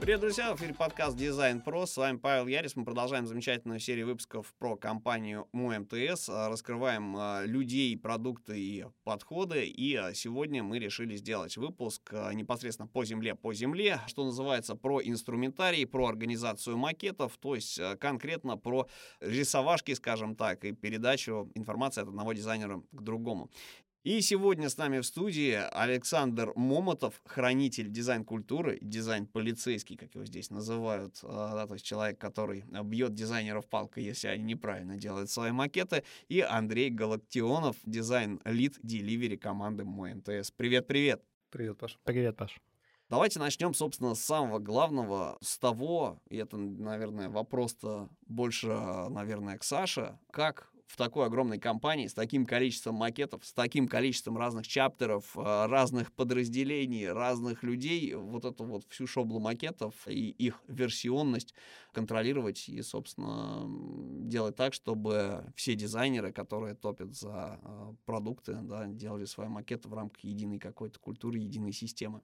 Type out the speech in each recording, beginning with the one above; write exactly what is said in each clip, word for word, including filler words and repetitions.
Привет, друзья! В эфире подкаст Design Pro. С вами Павел Ярис. Мы продолжаем замечательную серию выпусков про компанию МУМТС. Раскрываем людей, продукты и подходы. И сегодня мы решили сделать выпуск непосредственно по земле, по земле, что называется, про инструментарий, про организацию макетов, то есть конкретно про рисовашки, скажем так, и передачу информации от одного дизайнера к другому. И сегодня с нами в студии Александр Момотов, хранитель дизайн-культуры, дизайн-полицейский, как его здесь называют, да, то есть человек, который бьет дизайнеров палкой, если они неправильно делают свои макеты, и Андрей Галактионов, дизайн-лид деливери команды МУМТС. Привет-привет! Привет, Паш. Привет, Паш. Давайте начнем, собственно, с самого главного, с того, и это, наверное, вопрос-то больше, наверное, к Саше, как в такой огромной компании с таким количеством макетов, с таким количеством разных чаптеров, разных подразделений, разных людей, вот эту вот всю шоблу макетов и их версионность контролировать и, собственно, делать так, чтобы все дизайнеры, которые топят за продукты, да, делали свои макеты в рамках единой какой-то культуры, единой системы.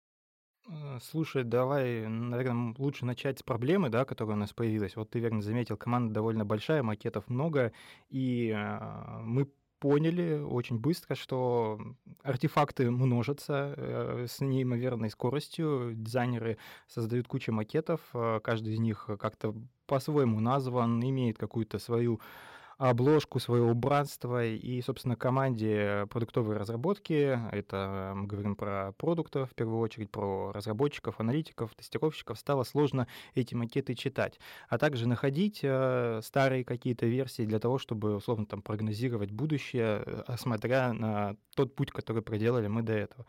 Слушай, давай, наверное, лучше начать с проблемы, да, которая у нас появилась. Вот ты верно заметил, команда довольно большая, макетов много, и э, мы поняли очень быстро, что артефакты множатся э, с неимоверной скоростью. Дизайнеры создают кучу макетов, э, каждый из них как-то по-своему назван, имеет какую-то свою обложку, свое убранство, и, собственно, команде продуктовой разработки, это мы говорим про продукты, в первую очередь про разработчиков, аналитиков, тестировщиков, стало сложно эти макеты читать, а также находить э, старые какие-то версии для того, чтобы, условно, там, прогнозировать будущее, смотря на тот путь, который проделали мы до этого.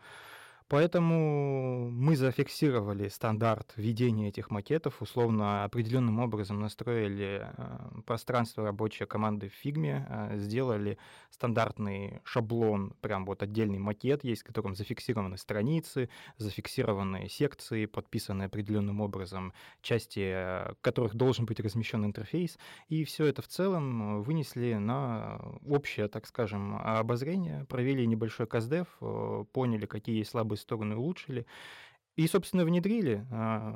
Поэтому мы зафиксировали стандарт ведения этих макетов, условно определенным образом настроили пространство рабочей команды в фигме, сделали стандартный шаблон, прям вот отдельный макет есть, в котором зафиксированы страницы, зафиксированы секции, подписаны определенным образом, части которых должен быть размещен интерфейс, и все это в целом вынесли на общее, так скажем, обозрение, провели небольшой каздев, поняли, какие есть слабые стороны, улучшили. И, собственно, внедрили.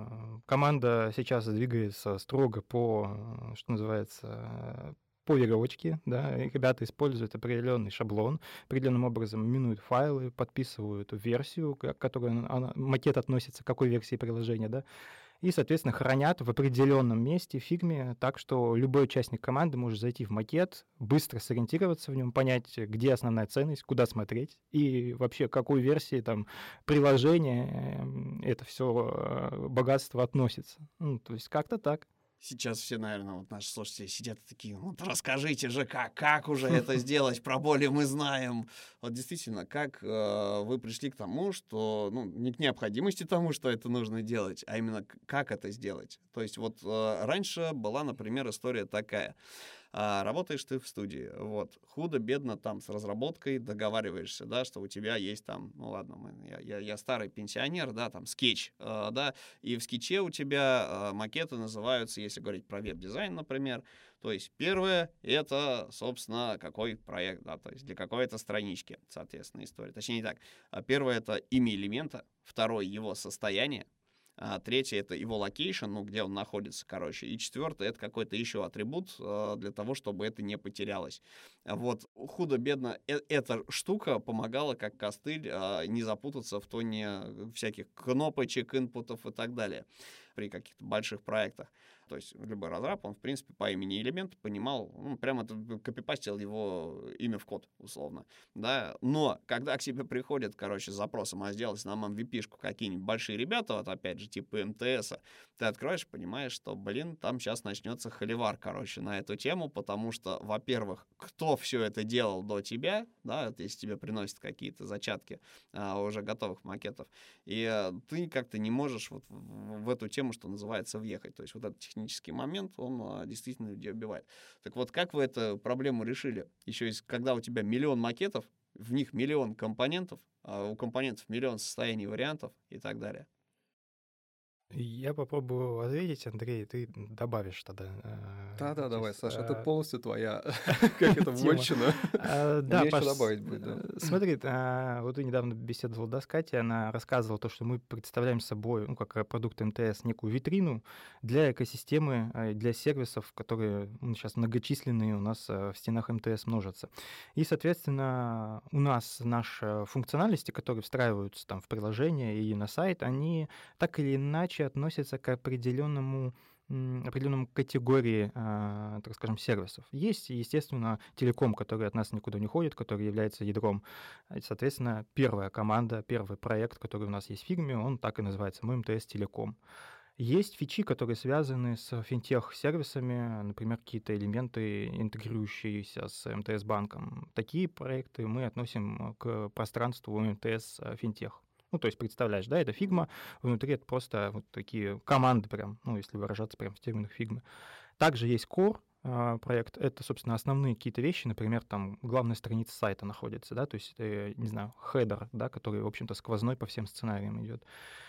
Команда сейчас двигается строго по, что называется, по веревочке, да, и ребята используют определенный шаблон, определенным образом минуют файлы, подписывают версию, к которой макет относится, к какой версии приложения, да, и, соответственно, хранят в определенном месте в фигме, так что любой участник команды может зайти в макет, быстро сориентироваться в нем, понять, где основная ценность, куда смотреть, и вообще к какой версии там приложения это все богатство относится. Ну, то есть как-то так. Сейчас все, наверное, вот наши слушатели сидят такие, вот расскажите же, как, как уже это сделать, про боли мы знаем. Вот действительно, как э, вы пришли к тому, что, ну, не к необходимости тому, что это нужно делать, а именно как это сделать. То есть вот э, раньше была, например, история такая. А, работаешь ты в студии, вот, худо-бедно там с разработкой договариваешься, да, что у тебя есть там, ну ладно, мы, я, я, я старый пенсионер, да, там скетч, э, да, и в скетче у тебя э, макеты называются, если говорить про веб-дизайн, например, то есть первое — это, собственно, какой проект, да, то есть для какой-то странички, соответственно, история. Точнее, не так. Первое — это имя элемента, второе — его состояние, а третье — это его локейшн, ну, где он находится, короче. И четвертое — это какой-то еще атрибут э, для того, чтобы это не потерялось. Вот худо-бедно э- эта штука помогала как костыль э, не запутаться в тоне всяких кнопочек, инпутов и так далее при каких-то больших проектах. То есть любой разраб, он, в принципе, по имени элемента понимал, ну, прямо копипастил его имя в код, условно, да. Но когда к тебе приходят, короче, с запросом, а сделать нам эм ви пи-шку какие-нибудь большие ребята, вот опять же, типа эм тэ эс, ты откроешь, понимаешь, что, блин, там сейчас начнется холивар, короче, на эту тему, потому что, во-первых, кто все это делал до тебя, да, вот если тебе приносят какие-то зачатки а, уже готовых макетов, и а, ты как-то не можешь вот в, в эту тему, что называется, въехать. То есть вот этот технический момент, он а, действительно людей убивает. Так вот, как вы эту проблему решили? Еще есть, когда у тебя миллион макетов, в них миллион компонентов, а у компонентов миллион состояний, вариантов и так далее. Я попробую ответить, Андрей, ты добавишь тогда. Да-да, давай, Здесь, Саша, это э, полностью твоя, как это, тема. вотчина. А, Мне Да, еще Паш, с- добавить будет, да. э, смотри, а, вот ты недавно беседовал, да, с Катей, она рассказывала то, что мы представляем собой, ну, как э, продукт МТС, некую витрину для экосистемы, э, для сервисов, которые сейчас многочисленные у нас э, в стенах МТС множатся. И, соответственно, у нас наши функциональности, которые встраиваются там в приложение и на сайт, они так или иначе относятся к определенному м, определенном категории, а, так скажем, сервисов. Есть, естественно, телеком, который от нас никуда не ходит, который является ядром. И, соответственно, первая команда, первый проект, который у нас есть в фирме, он так и называется, мы МТС Телеком. Есть фичи, которые связаны с финтех-сервисами, например, какие-то элементы, интегрирующиеся с МТС-банком. Такие проекты мы относим к пространству МТС э, Финтех. Ну, то есть, представляешь, да, это фигма, внутри это просто вот такие команды прям, ну, если выражаться прям в терминах фигмы. Также есть Core а, проект, это, собственно, основные какие-то вещи, например, там главная страница сайта находится, да, то есть, э, не знаю, хедер, да, который, в общем-то, сквозной по всем сценариям идет.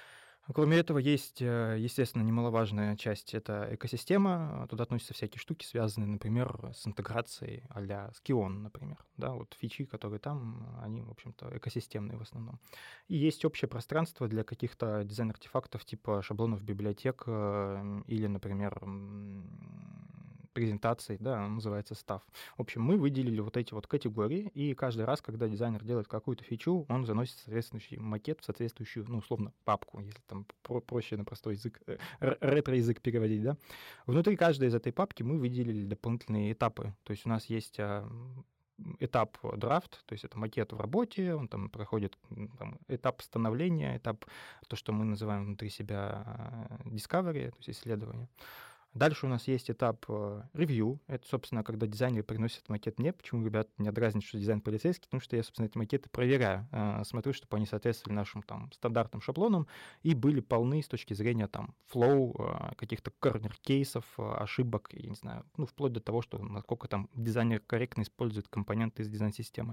Кроме этого, есть, э, естественно, немаловажная часть — это экосистема. Туда относятся всякие штуки, связанные, например, с интеграцией а-ля Skion, например. Да, вот фичи, которые там, они, в общем-то, экосистемные в основном. И есть общее пространство для каких-то дизайн-артефактов типа шаблонов библиотек э, или, например, м, презентаций, да, он называется став. В общем, мы выделили вот эти вот категории, и каждый раз, когда дизайнер делает какую-то фичу, он заносит соответствующий макет в соответствующую, ну, условно, папку, если там про- проще на простой язык, э, р- ретро-язык переводить, да. Внутри каждой из этой папки мы выделили дополнительные этапы. То есть у нас есть а, м, этап драфт, то есть это макет в работе, он там проходит м, там, этап становления, этап, то, что мы называем внутри себя а, discovery, то есть исследование. Дальше у нас есть этап э, ревью. Это, собственно, когда дизайнеры приносят макет мне. Почему ребят не дразнят, что дизайн полицейский? Потому что я, собственно, эти макеты проверяю. э, Смотрю, чтобы они соответствовали нашим там стандартным шаблонам и были полны с точки зрения там флоу, э, каких-то корнер-кейсов, э, ошибок, я не знаю, ну, вплоть до того, что насколько там дизайнер корректно использует компоненты из дизайн-системы.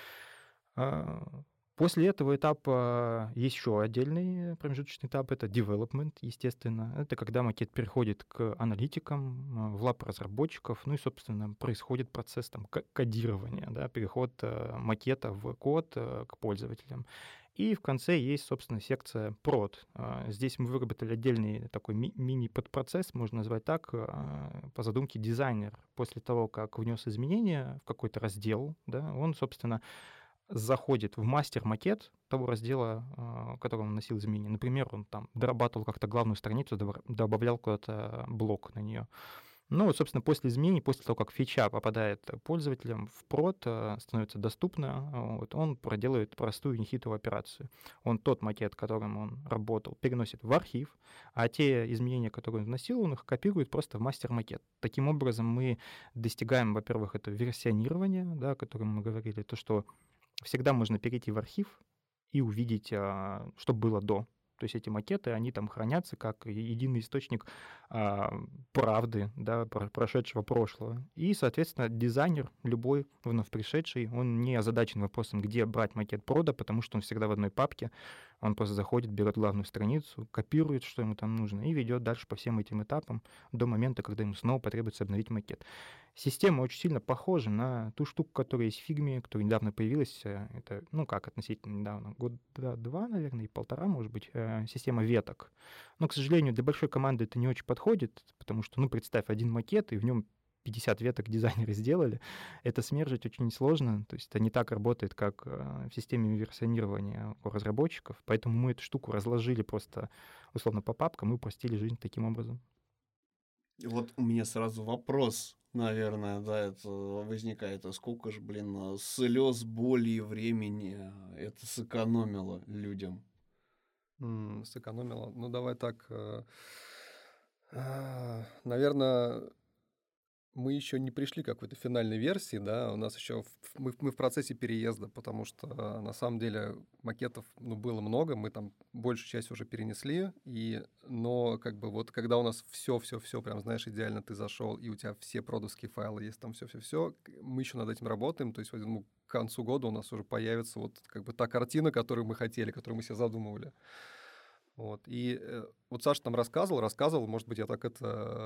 А, После этого этапа есть еще отдельный промежуточный этап, это development, естественно. Это когда макет переходит к аналитикам, а, в лаб разработчиков, ну и, собственно, происходит процесс там ко- кодирования, да, переход э, макета в код э, к пользователям. И в конце есть, собственно, секция прод. А, Здесь мы выработали отдельный такой ми- мини-подпроцесс, можно назвать так, а, по задумке дизайнер. После того, как внес изменения в какой-то раздел, да, он, собственно, заходит в мастер-макет того раздела, а, который он носил изменения. Например, он там дорабатывал как-то главную страницу, добав- добавлял куда-то блок на нее. Ну, вот, собственно, после изменений, после того, как фича попадает пользователям в прод, э, становится доступна, а, вот, он проделывает простую нехитрую операцию. Он тот макет, которым он работал, переносит в архив, а те изменения, которые он вносил, он их копирует просто в мастер-макет. Таким образом, мы достигаем, во-первых, это версионирование, да, о котором мы говорили, то, что всегда можно перейти в архив и увидеть, а, что было до. То есть эти макеты, они там хранятся как е- единый источник а, правды, да, про- прошедшего прошлого. И, соответственно, дизайнер, любой вновь пришедший, он не озадачен вопросом, где брать макет прода, потому что он всегда в одной папке. Он просто заходит, берет главную страницу, копирует, что ему там нужно, и ведет дальше по всем этим этапам до момента, когда ему снова потребуется обновить макет. Система очень сильно похожа на ту штуку, которая есть в фигме, которая недавно появилась. э, Это, ну как, относительно недавно, год два, наверное, и полтора, может быть, э, система веток. Но, к сожалению, для большой команды это не очень подходит, потому что, ну, представь, один макет, и в нем пятьдесят веток дизайнеры сделали. Это смержить очень сложно, то есть это не так работает, как э, в системе версионирования у разработчиков, поэтому мы эту штуку разложили просто, условно, по папкам и упростили жизнь таким образом. И вот у меня сразу вопрос, наверное, да, это возникает. А сколько же, блин, а, слез, боли и времени а, это сэкономило людям? М, Сэкономила. Ну, давай так. Наверное, мы еще не пришли к какой-то финальной версии, да, у нас еще в- мы, мы в процессе переезда, потому что а, на самом деле макетов, ну, было много, мы там большую часть уже перенесли, и, но как бы вот когда у нас все-все-все, прям, знаешь, идеально ты зашел, и у тебя все продавские файлы есть, там все-все-все, мы еще над этим работаем, то есть вот, ну, к концу года у нас уже появится вот как бы та картина, которую мы хотели, которую мы себе задумывали. Вот, и э, вот Саша там рассказывал, рассказывал, может быть, я так это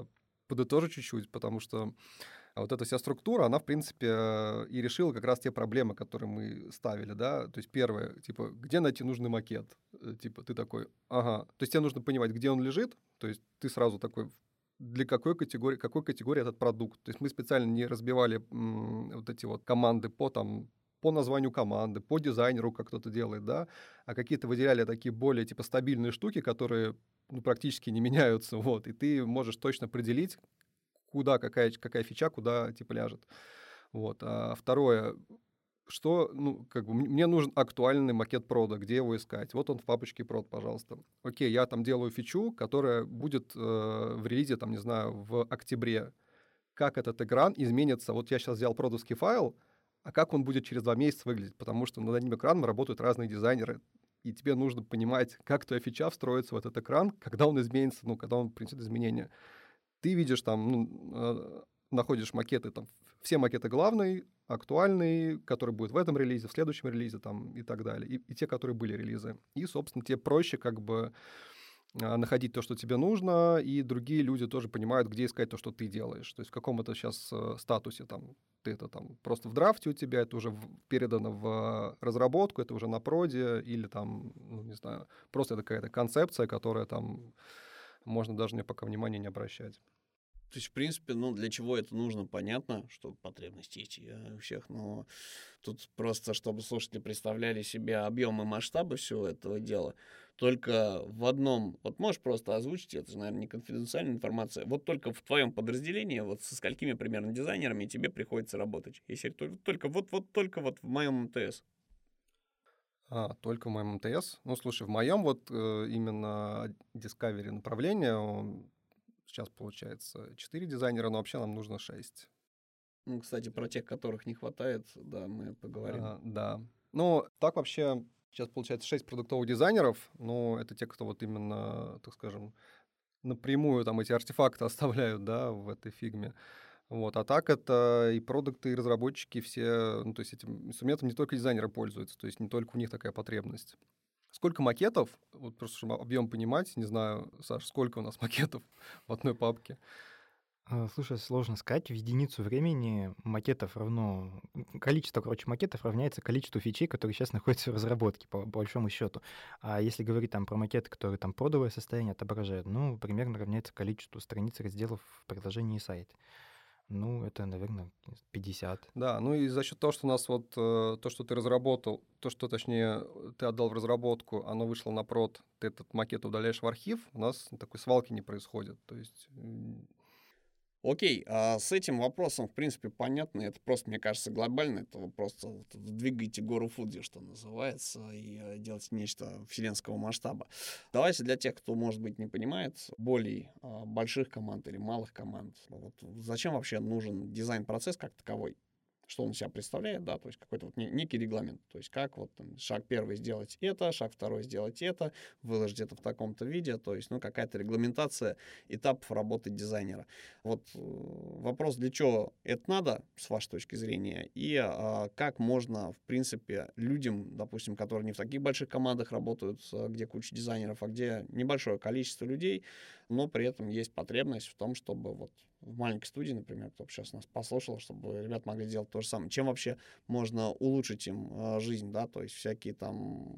подытожу чуть-чуть, потому что вот эта вся структура, она, в принципе, и решила как раз те проблемы, которые мы ставили, да. То есть первое, типа, где найти нужный макет? Типа, ты такой, ага. То есть тебе нужно понимать, где он лежит, то есть ты сразу такой, для какой категории, какой категории этот продукт. То есть мы специально не разбивали м, вот эти вот команды по там по названию команды, по дизайнеру, как кто-то делает, да, а какие-то выделяли такие более, типа, стабильные штуки, которые, ну, практически не меняются, вот, и ты можешь точно определить, куда какая, какая фича, куда, типа, ляжет. Вот. А второе, что, ну, как бы, мне нужен актуальный макет прода, где его искать? Вот он в папочке прод, пожалуйста. Окей, я там делаю фичу, которая будет э, в релизе, там, не знаю, в октябре. Как этот экран изменится? Вот я сейчас взял продовский файл, а как он будет через два месяца выглядеть? Потому что над одним экраном работают разные дизайнеры, и тебе нужно понимать, как твоя фича встроится в этот экран, когда он изменится, ну, когда он принесет изменения. Ты видишь там, ну, э, находишь макеты, там, все макеты главные, актуальные, которые будут в этом релизе, в следующем релизе, там, и так далее, и, и те, которые были релизы. И, собственно, тебе проще как бы находить то, что тебе нужно, и другие люди тоже понимают, где искать то, что ты делаешь. То есть в каком это сейчас э, статусе, там, ты это там просто в драфте у тебя, это уже в, передано в разработку, это уже на проде, или там, ну, не знаю, просто это какая-то концепция, которая там можно даже мне пока внимания не обращать. То есть, в принципе, ну, для чего это нужно, понятно, что потребности есть у всех, но тут просто, чтобы слушатели представляли себе объемы и масштабы всего этого дела, только в одном, вот можешь просто озвучить, это же, наверное, не конфиденциальная информация, вот только в твоем подразделении, вот со сколькими примерно дизайнерами тебе приходится работать, если только, только вот, вот только вот в моем МТС. А, только в моем МТС? Ну, слушай, в моем вот э, именно Discovery направление сейчас получается четыре дизайнера, но вообще нам нужно шесть. Ну, кстати, про тех, которых не хватает, да, мы поговорим. А, да. Ну, так вообще сейчас получается шесть продуктовых дизайнеров, но это те, кто вот именно, так скажем, напрямую там эти артефакты оставляют, да, в этой фигме. Вот. А так это и продукты, и разработчики все, ну, то есть этим инструментом не только дизайнеры пользуются, то есть не только у них такая потребность. Сколько макетов, вот просто чтобы объем понимать, не знаю, Саш, сколько у нас макетов в одной папке? Слушай, сложно сказать. В единицу времени макетов равно... Количество, короче, макетов равняется количеству фичей, которые сейчас находятся в разработке, по, по большому счету. А если говорить там про макеты, которые там продовое состояние отображают, ну, примерно равняется количеству страниц разделов в приложении и сайте. Ну, это, наверное, пятьдесят. Да, ну и за счет того, что у нас вот э, то, что ты разработал, то, что, точнее, ты отдал в разработку, оно вышло на прод, ты этот макет удаляешь в архив, у нас такой свалки не происходит. То есть... Окей, а с этим вопросом, в принципе, понятно. Это просто, мне кажется, глобально. Это вы просто вот двигайте гору Фудзи, что называется, и э, делайте нечто вселенского масштаба. Давайте для тех, кто, может быть, не понимает, более э, больших команд или малых команд, вот, зачем вообще нужен дизайн-процесс как таковой? Что он из себя представляет, да, то есть какой-то вот некий регламент, то есть как вот там, шаг первый сделать это, шаг второй сделать это, выложить это в таком-то виде, то есть, ну, какая-то регламентация этапов работы дизайнера. Вот вопрос, для чего это надо, с вашей точки зрения, и а, как можно, в принципе, людям, допустим, которые не в таких больших командах работают, где куча дизайнеров, а где небольшое количество людей, но при этом есть потребность в том, чтобы вот в маленькой студии, например, кто бы сейчас нас послушал, чтобы ребят могли делать то же самое. Чем вообще можно улучшить им э, жизнь, да, то есть всякие там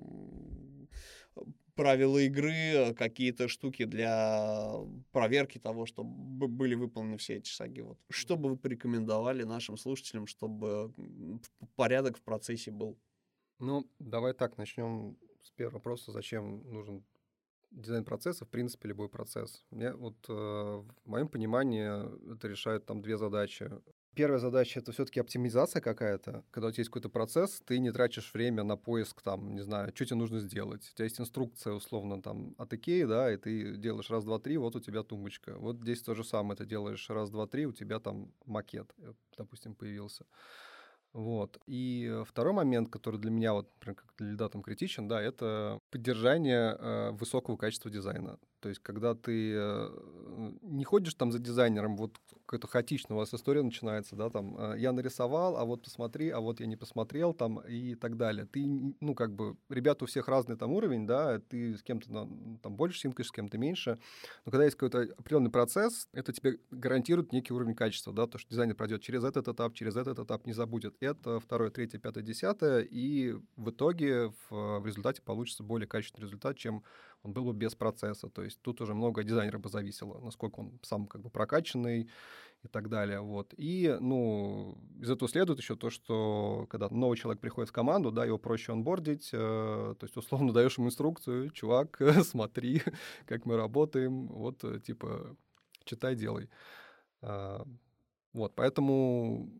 правила игры, какие-то штуки для проверки того, чтобы были выполнены все эти шаги. Вот. Что бы вы порекомендовали нашим слушателям, чтобы порядок в процессе был? Ну, давай так, начнем с первого вопроса, зачем нужен дизайн процесса, в принципе, любой процесс. Мне вот э, в моем понимании это решают там две задачи. Первая задача — это все-таки оптимизация какая-то. Когда у тебя есть какой-то процесс, ты не тратишь время на поиск, там, не знаю, что тебе нужно сделать. У тебя есть инструкция, условно, там, от Икеи, да, и ты делаешь раз, два, три, вот у тебя тумбочка. Вот здесь то же самое. Ты делаешь раз, два, три, у тебя там макет, допустим, появился. Вот. И второй момент, который для меня, вот, например, как для лида там критичен, да, это поддержание э, высокого качества дизайна. То есть, когда ты э, не ходишь там за дизайнером, вот какая-то хаотичная у вас история начинается, да, там, э, я нарисовал, а вот посмотри, а вот я не посмотрел, там, и так далее. Ты, н- ну, как бы, ребята у всех разный там уровень, да, ты с кем-то на- там больше синкаешь, с кем-то меньше, но когда есть какой-то определенный процесс, это тебе гарантирует некий уровень качества, да, то, что дизайнер пройдет через этот этап, через этот этап, не забудет это, второе, третье, пятое, десятое, и в итоге в, в результате получится более качественный результат, чем он был бы без процесса. То есть тут уже много от дизайнера бы зависело, насколько он сам как бы прокачанный и так далее. Вот. И, ну, из этого следует еще то, что когда новый человек приходит в команду, да, его проще онбордить, э, то есть условно даешь ему инструкцию, чувак, смотри, как мы работаем, вот, э, типа, читай, делай. А, вот, поэтому,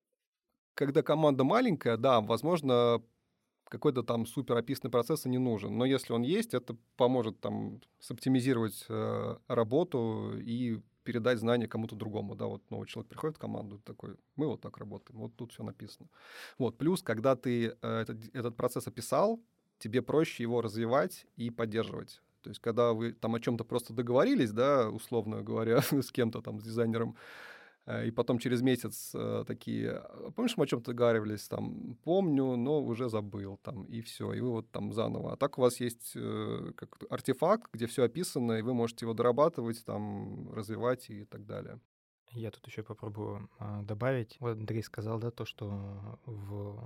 когда команда маленькая, да, возможно, какой-то там супер описанный процесс и не нужен. Но если он есть, это поможет там соптимизировать э, работу и передать знания кому-то другому. Да, вот новый человек приходит в команду, такой, мы вот так работаем, вот тут все написано. Вот, плюс, когда ты э, этот, этот процесс описал, тебе проще его развивать и поддерживать. То есть, когда вы там о чем-то просто договорились, да, условно говоря, с кем-то там, с дизайнером, и потом через месяц э, такие, «А помнишь, мы о чем-то договаривались, там, помню, но уже забыл, там, и все, и вы вот там заново. А так у вас есть э, как артефакт, где все описано, и вы можете его дорабатывать, там, развивать и так далее. Я тут еще попробую а, добавить. Вот Андрей сказал, да, то, что в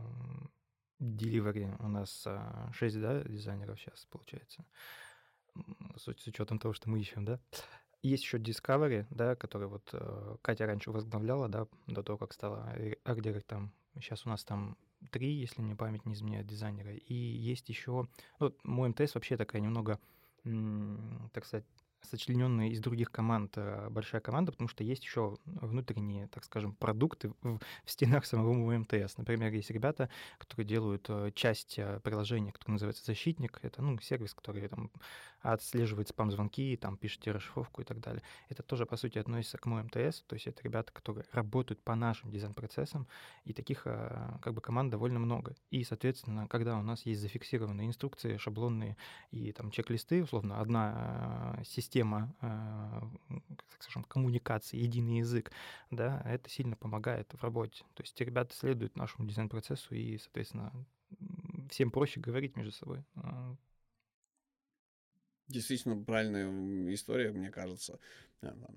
Delivery у нас а, шесть, да, дизайнеров сейчас, получается, с, с учетом того, что мы ищем, да. Есть еще Discovery, да, который вот э, Катя раньше возглавляла, да, до того, как стала арт-директором. Сейчас у нас там три, если мне память не изменяет, дизайнера. И есть еще... Ну, мой МТС вообще такая немного, м, так сказать, сочлененная из других команд э, большая команда, потому что есть еще внутренние, так скажем, продукты в, в стенах самого МТС. Например, есть ребята, которые делают э, часть э, приложения, которое называется «Защитник». Это, ну, сервис, который там отслеживает спам-звонки, там пишете расшифровку и так далее. Это тоже, по сути, относится к моему МТС, то есть это ребята, которые работают по нашим дизайн-процессам, и таких э, как бы команд довольно много. И, соответственно, когда у нас есть зафиксированные инструкции, шаблонные и там чек-листы, условно, одна э, система, э, как скажем, коммуникации, единый язык, да, это сильно помогает в работе. То есть ребята следуют нашему дизайн-процессу, и, соответственно, всем проще говорить между собой. Действительно правильная история, мне кажется. Да, да.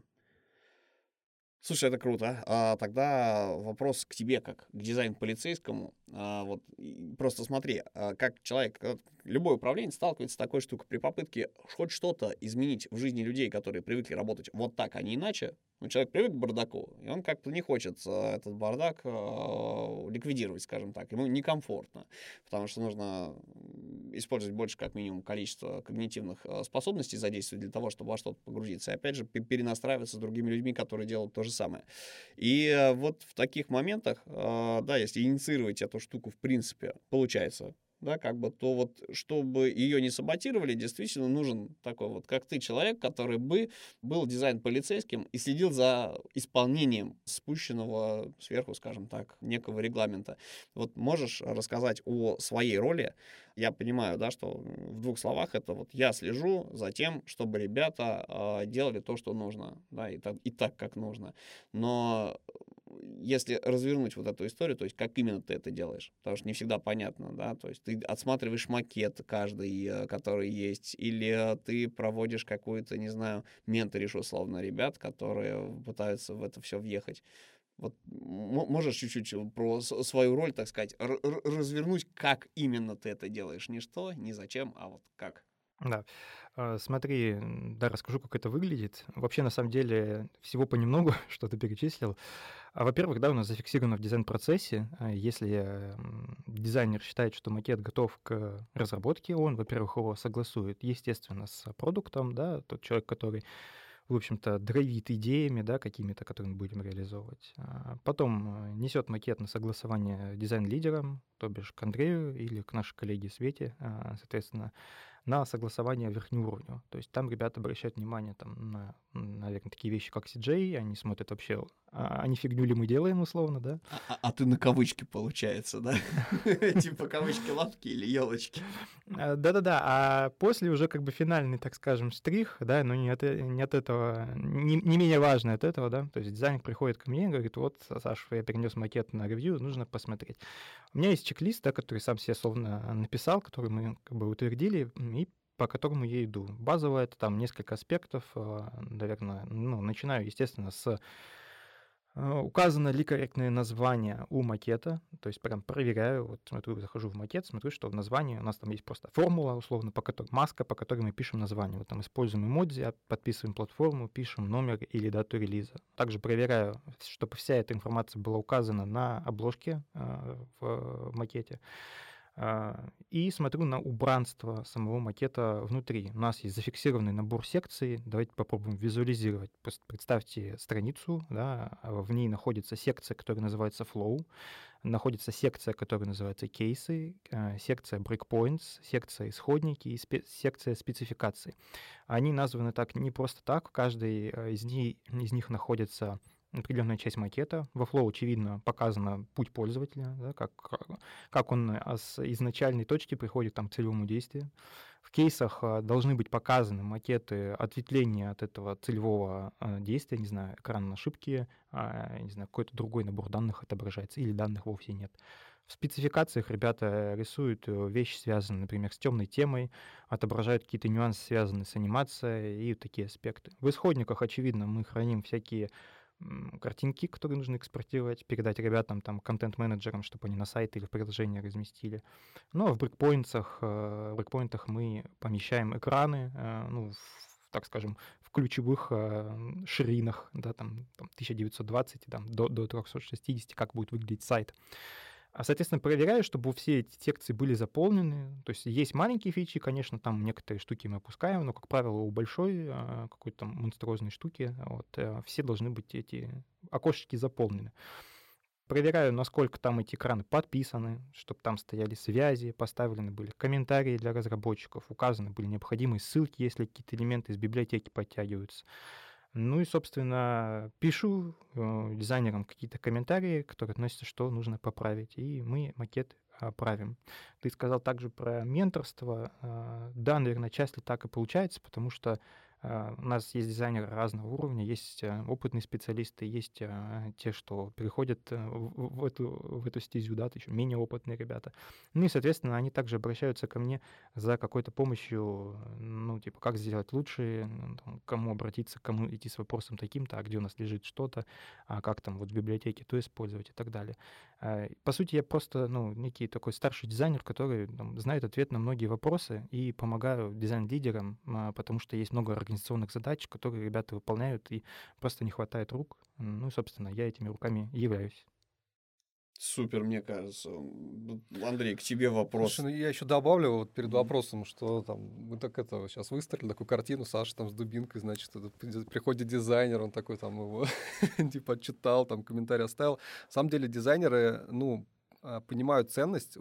Слушай, это круто. А, тогда вопрос к тебе, как к дизайн-полицейскому. А, вот, просто смотри, а, как человек, любой управленец сталкивается с такой штукой. При попытке хоть что-то изменить в жизни людей, которые привыкли работать вот так, а не иначе, ну, человек привык к бардаку, и он как-то не хочет этот бардак э, ликвидировать, скажем так. Ему некомфортно, потому что нужно использовать больше, как минимум, количество когнитивных способностей задействовать для того, чтобы во что-то погрузиться. И, опять же, перенастраиваться с другими людьми, которые делают то же самое. И э, вот в таких моментах, э, да, если инициировать эту штуку, в принципе, получается, да, как бы, то вот, чтобы ее не саботировали, действительно нужен такой вот, как ты, человек, который бы был дизайн-полицейским и следил за исполнением спущенного сверху, скажем так, некого регламента. Вот можешь рассказать о своей роли? Я понимаю, да, что в двух словах это вот я слежу за тем, чтобы ребята э, делали то, что нужно, да, и так, и так, как нужно. Но если развернуть вот эту историю, то есть как именно ты это делаешь, потому что не всегда понятно, да, то есть ты отсматриваешь макет каждый, который есть, или ты проводишь какую-то, не знаю, менторишь условно ребят, которые пытаются в это все въехать. Вот можешь чуть-чуть про свою роль, так сказать, развернуть, как именно ты это делаешь, не что, не зачем, а вот как. Да. Смотри, да, расскажу, как это выглядит. Вообще, на самом деле, всего понемногу, что ты перечислил. А, во-первых, да, у нас зафиксировано в дизайн-процессе. Если дизайнер считает, что макет готов к разработке, он, во-первых, его согласует, естественно, с продуктом, да, тот человек, который, в общем-то, драйвит идеями, да, какими-то, которые мы будем реализовывать. Потом несет макет на согласование дизайн-лидерам, то бишь к Андрею или к нашей коллеге Свете, соответственно, на согласование верхнего уровня. То есть там ребята обращают внимание там, на, наверное, такие вещи, как си джей, они смотрят вообще, а, а не фигню ли мы делаем, условно, да? А, а ты на кавычки, получается, да? Типа кавычки лапки или елочки? Да-да-да, а после уже как бы финальный, так скажем, штрих, да, но не от, не от этого, не, не менее важный от этого, да, то есть дизайнер приходит ко мне и говорит, вот, Саша, я перенес макет на ревью, нужно посмотреть. У меня есть чек-лист, да, который сам себе словно написал, который мы как бы утвердили, и по которому я иду. Базово это там несколько аспектов, наверное, ну, начинаю, естественно, с указано ли корректное название у макета, то есть прям проверяю, вот смотрю, захожу в макет, смотрю, что в названии у нас там есть просто формула, условно, по которой, маска, по которой мы пишем название. Вот там используем эмодзи, подписываем платформу, пишем номер или дату релиза. Также проверяю, чтобы вся эта информация была указана на обложке э, в макете. И смотрю на убранство самого макета внутри. У нас есть зафиксированный набор секций. Давайте попробуем визуализировать. Представьте страницу, да, в ней находится секция, которая называется Flow, находится секция, которая называется Кейсы, секция Breakpoints, секция Исходники и спе- секция Спецификации. Они названы так не просто так. В каждой из них, из них находится определенная часть макета. Во Flow, очевидно, показано путь пользователя, да, как, как он с изначальной точки приходит там, к целевому действию. В кейсах должны быть показаны макеты ответвления от этого целевого действия, не знаю, экранные ошибки, не знаю, какой-то другой набор данных отображается, или данных вовсе нет. В спецификациях ребята рисуют вещи, связанные, например, с темной темой, отображают какие-то нюансы, связанные с анимацией и такие аспекты. В исходниках, очевидно, мы храним всякие картинки, которые нужно экспортировать, передать ребятам, там, контент-менеджерам, чтобы они на сайт или в приложение разместили. Ну, а в брейкпоинтах, в брейкпоинтах мы помещаем экраны, ну, в, так скажем, в ключевых ширинах, да, там, там тысяча девятьсот двадцать там, до, до триста шестьдесят, как будет выглядеть сайт. А, соответственно, проверяю, чтобы все эти секции были заполнены. То есть есть маленькие фичи, конечно, там некоторые штуки мы опускаем, но, как правило, у большой какой-то там монструозной штуки вот, все должны быть эти окошечки заполнены. Проверяю, насколько там эти экраны подписаны, чтобы там стояли связи, поставлены были комментарии для разработчиков, указаны были необходимые ссылки, если какие-то элементы из библиотеки подтягиваются. Ну и, собственно, пишу э, дизайнерам какие-то комментарии, которые относятся, что нужно поправить, и мы макет э, правим. Ты сказал также про менторство. Э, да, наверное, часто так и получается, потому что э, у нас есть дизайнеры разного уровня, есть э, опытные специалисты, есть э, те, что приходят э, в, в, эту, в эту стезю, да, еще менее опытные ребята. Ну и, соответственно, они также обращаются ко мне за какой-то помощью, ну, типа, как сделать лучше, там, кому обратиться, кому идти с вопросом таким-то, а где у нас лежит что-то, а как там вот в библиотеке то использовать и так далее. По сути, я просто, ну, некий такой старший дизайнер, который там, знает ответ на многие вопросы и помогаю дизайн-лидерам, потому что есть много организационных задач, которые ребята выполняют, и просто не хватает рук. Ну, и, собственно, я этими руками являюсь. Супер, мне кажется. Андрей, к тебе вопрос. Слушай, ну я еще добавлю вот перед вопросом, что там мы так это сейчас выстроили такую картину, Саша там с дубинкой, значит, это, приходит дизайнер, он такой там его типа отчитал, там комментарий оставил. На самом деле дизайнеры, ну, понимают ценность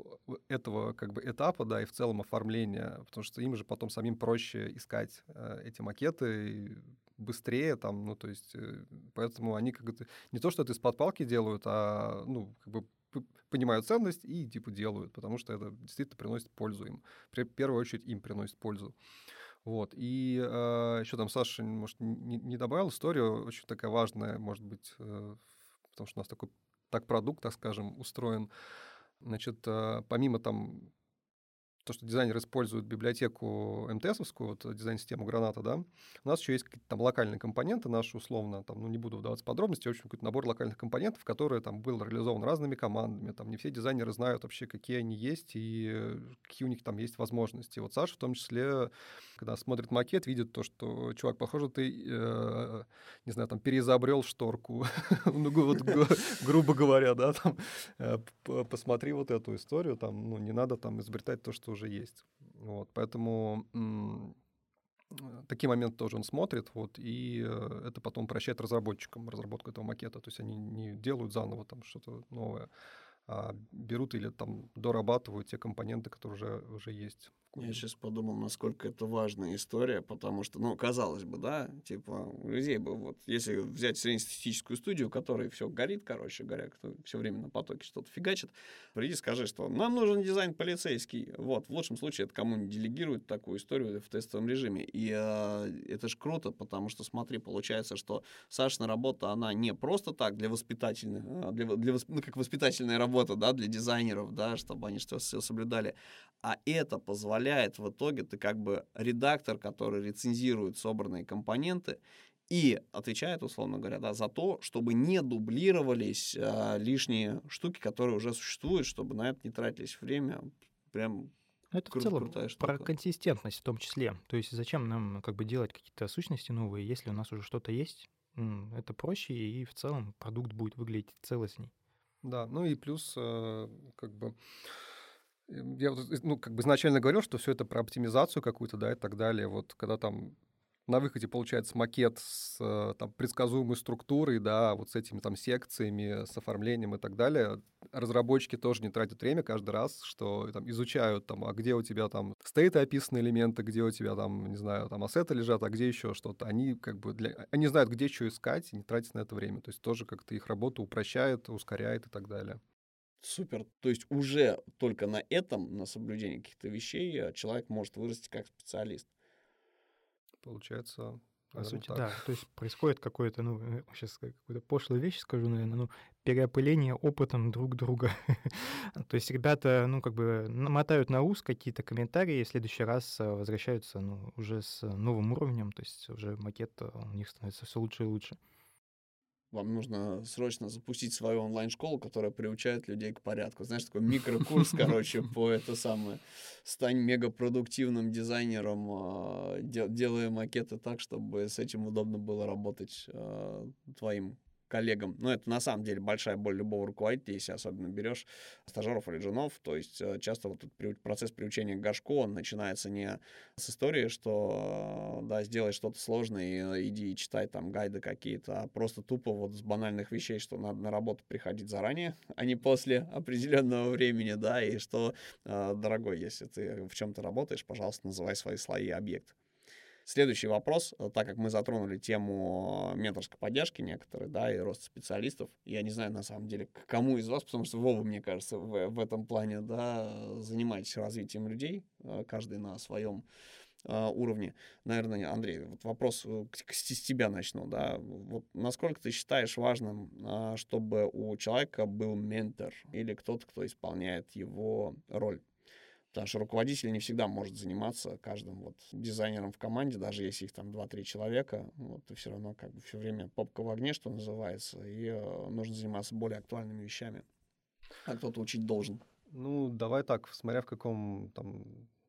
этого как бы этапа, да, и в целом оформления, потому что им же потом самим проще искать эти макеты быстрее, там, ну, то есть, поэтому они как бы не то, что это из-под палки делают, а, ну, как бы понимают ценность и, типа, делают, потому что это действительно приносит пользу им. В первую очередь им приносит пользу. Вот. И э, еще там Саша, может, не, не добавил историю, очень такая важная, может быть, э, потому что у нас такой так продукт, так скажем, устроен. Значит, э, помимо там то, что дизайнер использует библиотеку эм тэ эс-овскую, вот дизайн-систему Граната, да, у нас еще есть какие-то там локальные компоненты наши, условно, там, ну, не буду вдаваться в подробности, в общем, какой-то набор локальных компонентов, которые там был реализован разными командами, там не все дизайнеры знают вообще, какие они есть и какие у них там есть возможности. Вот Саша в том числе, когда смотрит макет, видит то, что, чувак, похоже, ты, э, не знаю, там, переизобрел шторку, ну, вот, грубо говоря, да, там, посмотри вот эту историю, там, ну, не надо там изобретать то, что уже есть. Вот, поэтому м- такие моменты тоже он смотрит, вот, и э, это потом прощает разработчикам разработку этого макета. То есть они не делают заново там что-то новое, а берут или там дорабатывают те компоненты, которые уже, уже есть Я сейчас подумал, насколько это важная история, потому что, ну, казалось бы, да, типа, у людей бы, вот, если взять среднестатистическую студию, у которой все горит, короче говоря, кто все время на потоке что-то фигачит, приди, скажи, что нам нужен дизайн полицейский. Вот, в лучшем случае это кому-нибудь делегируют такую историю в тестовом режиме. И э, это ж круто, потому что, смотри, получается, что Сашина работа, она не просто так для воспитательных, а для, для, восп- ну, как воспитательная работа, да, для дизайнеров, да, чтобы они все соблюдали. А это позволяет в итоге, ты как бы редактор, который рецензирует собранные компоненты и отвечает, условно говоря, да, за то, чтобы не дублировались а, лишние штуки, которые уже существуют, чтобы на это не тратились время. Прям Это в кру- целом крутая про штука. консистентность в том числе. То есть зачем нам как бы делать какие-то сущности новые, если у нас уже что-то есть? М, Это проще, и в целом продукт будет выглядеть целостней. Да, ну и плюс, э, как бы, э, я вот, э, ну, как бы изначально говорил, что все это про оптимизацию какую-то, да, и так далее. Вот когда там на выходе получается макет с э, там, предсказуемой структурой, да, вот с этими там секциями, с оформлением и так далее, разработчики тоже не тратят время каждый раз, что там изучают, там, а где у тебя там стейты описаны элементы, где у тебя там, не знаю, там ассеты лежат, а где еще что-то. Они как бы для... Они знают, где что искать, и не тратят на это время. То есть тоже как-то их работу упрощает, ускоряет и так далее. Супер. То есть уже только на этом, на соблюдении каких-то вещей, а, человек может вырасти как специалист. Получается, По наверное, сути, так. да. То есть происходит какое-то, ну, сейчас какую-то пошлую вещь скажу, наверное, ну, переопыление опытом друг друга. То есть ребята, ну, как бы намотают на ус какие-то комментарии, и в следующий раз э, возвращаются, ну, уже с новым уровнем, то есть уже макет э, у них становится все лучше и лучше. Вам нужно срочно запустить свою онлайн-школу, которая приучает людей к порядку. Знаешь, такой микрокурс, короче, по это самое. Стань мегапродуктивным дизайнером, а, де- делая макеты так, чтобы с этим удобно было работать а, твоим коллегам. Ну, это на самом деле большая боль любого руководителя, если особенно берешь стажеров или джунов. То есть э, часто вот этот приу- процесс приучения к горшку, он начинается не с истории, что, э, да, сделай что-то сложное и э, иди и читай там гайды какие-то, а просто тупо вот с банальных вещей, что надо на работу приходить заранее, а не после определенного времени, да, и что, э, дорогой, если ты в чем-то работаешь, пожалуйста, называй свои слои и объекты. Следующий вопрос, э, так как мы затронули тему э, менторской поддержки некоторые, да, и роста специалистов, я не знаю, на самом деле, к кому из вас, потому что вы оба, мне кажется, в, в этом плане, да, занимаетесь развитием людей, э, каждый на своем э, уровне. Наверное, Андрей, вот вопрос э, к- к- с с тебя начну, да, вот насколько ты считаешь важным, а, чтобы у человека был ментор или кто-то, кто исполняет его роль? Потому что руководитель не всегда может заниматься каждым вот дизайнером в команде, даже если их там два-три человека, вот, ты все равно как бы все время попка в огне, что называется, и э, нужно заниматься более актуальными вещами. А кто-то учить должен. Ну, давай так, смотря в каком там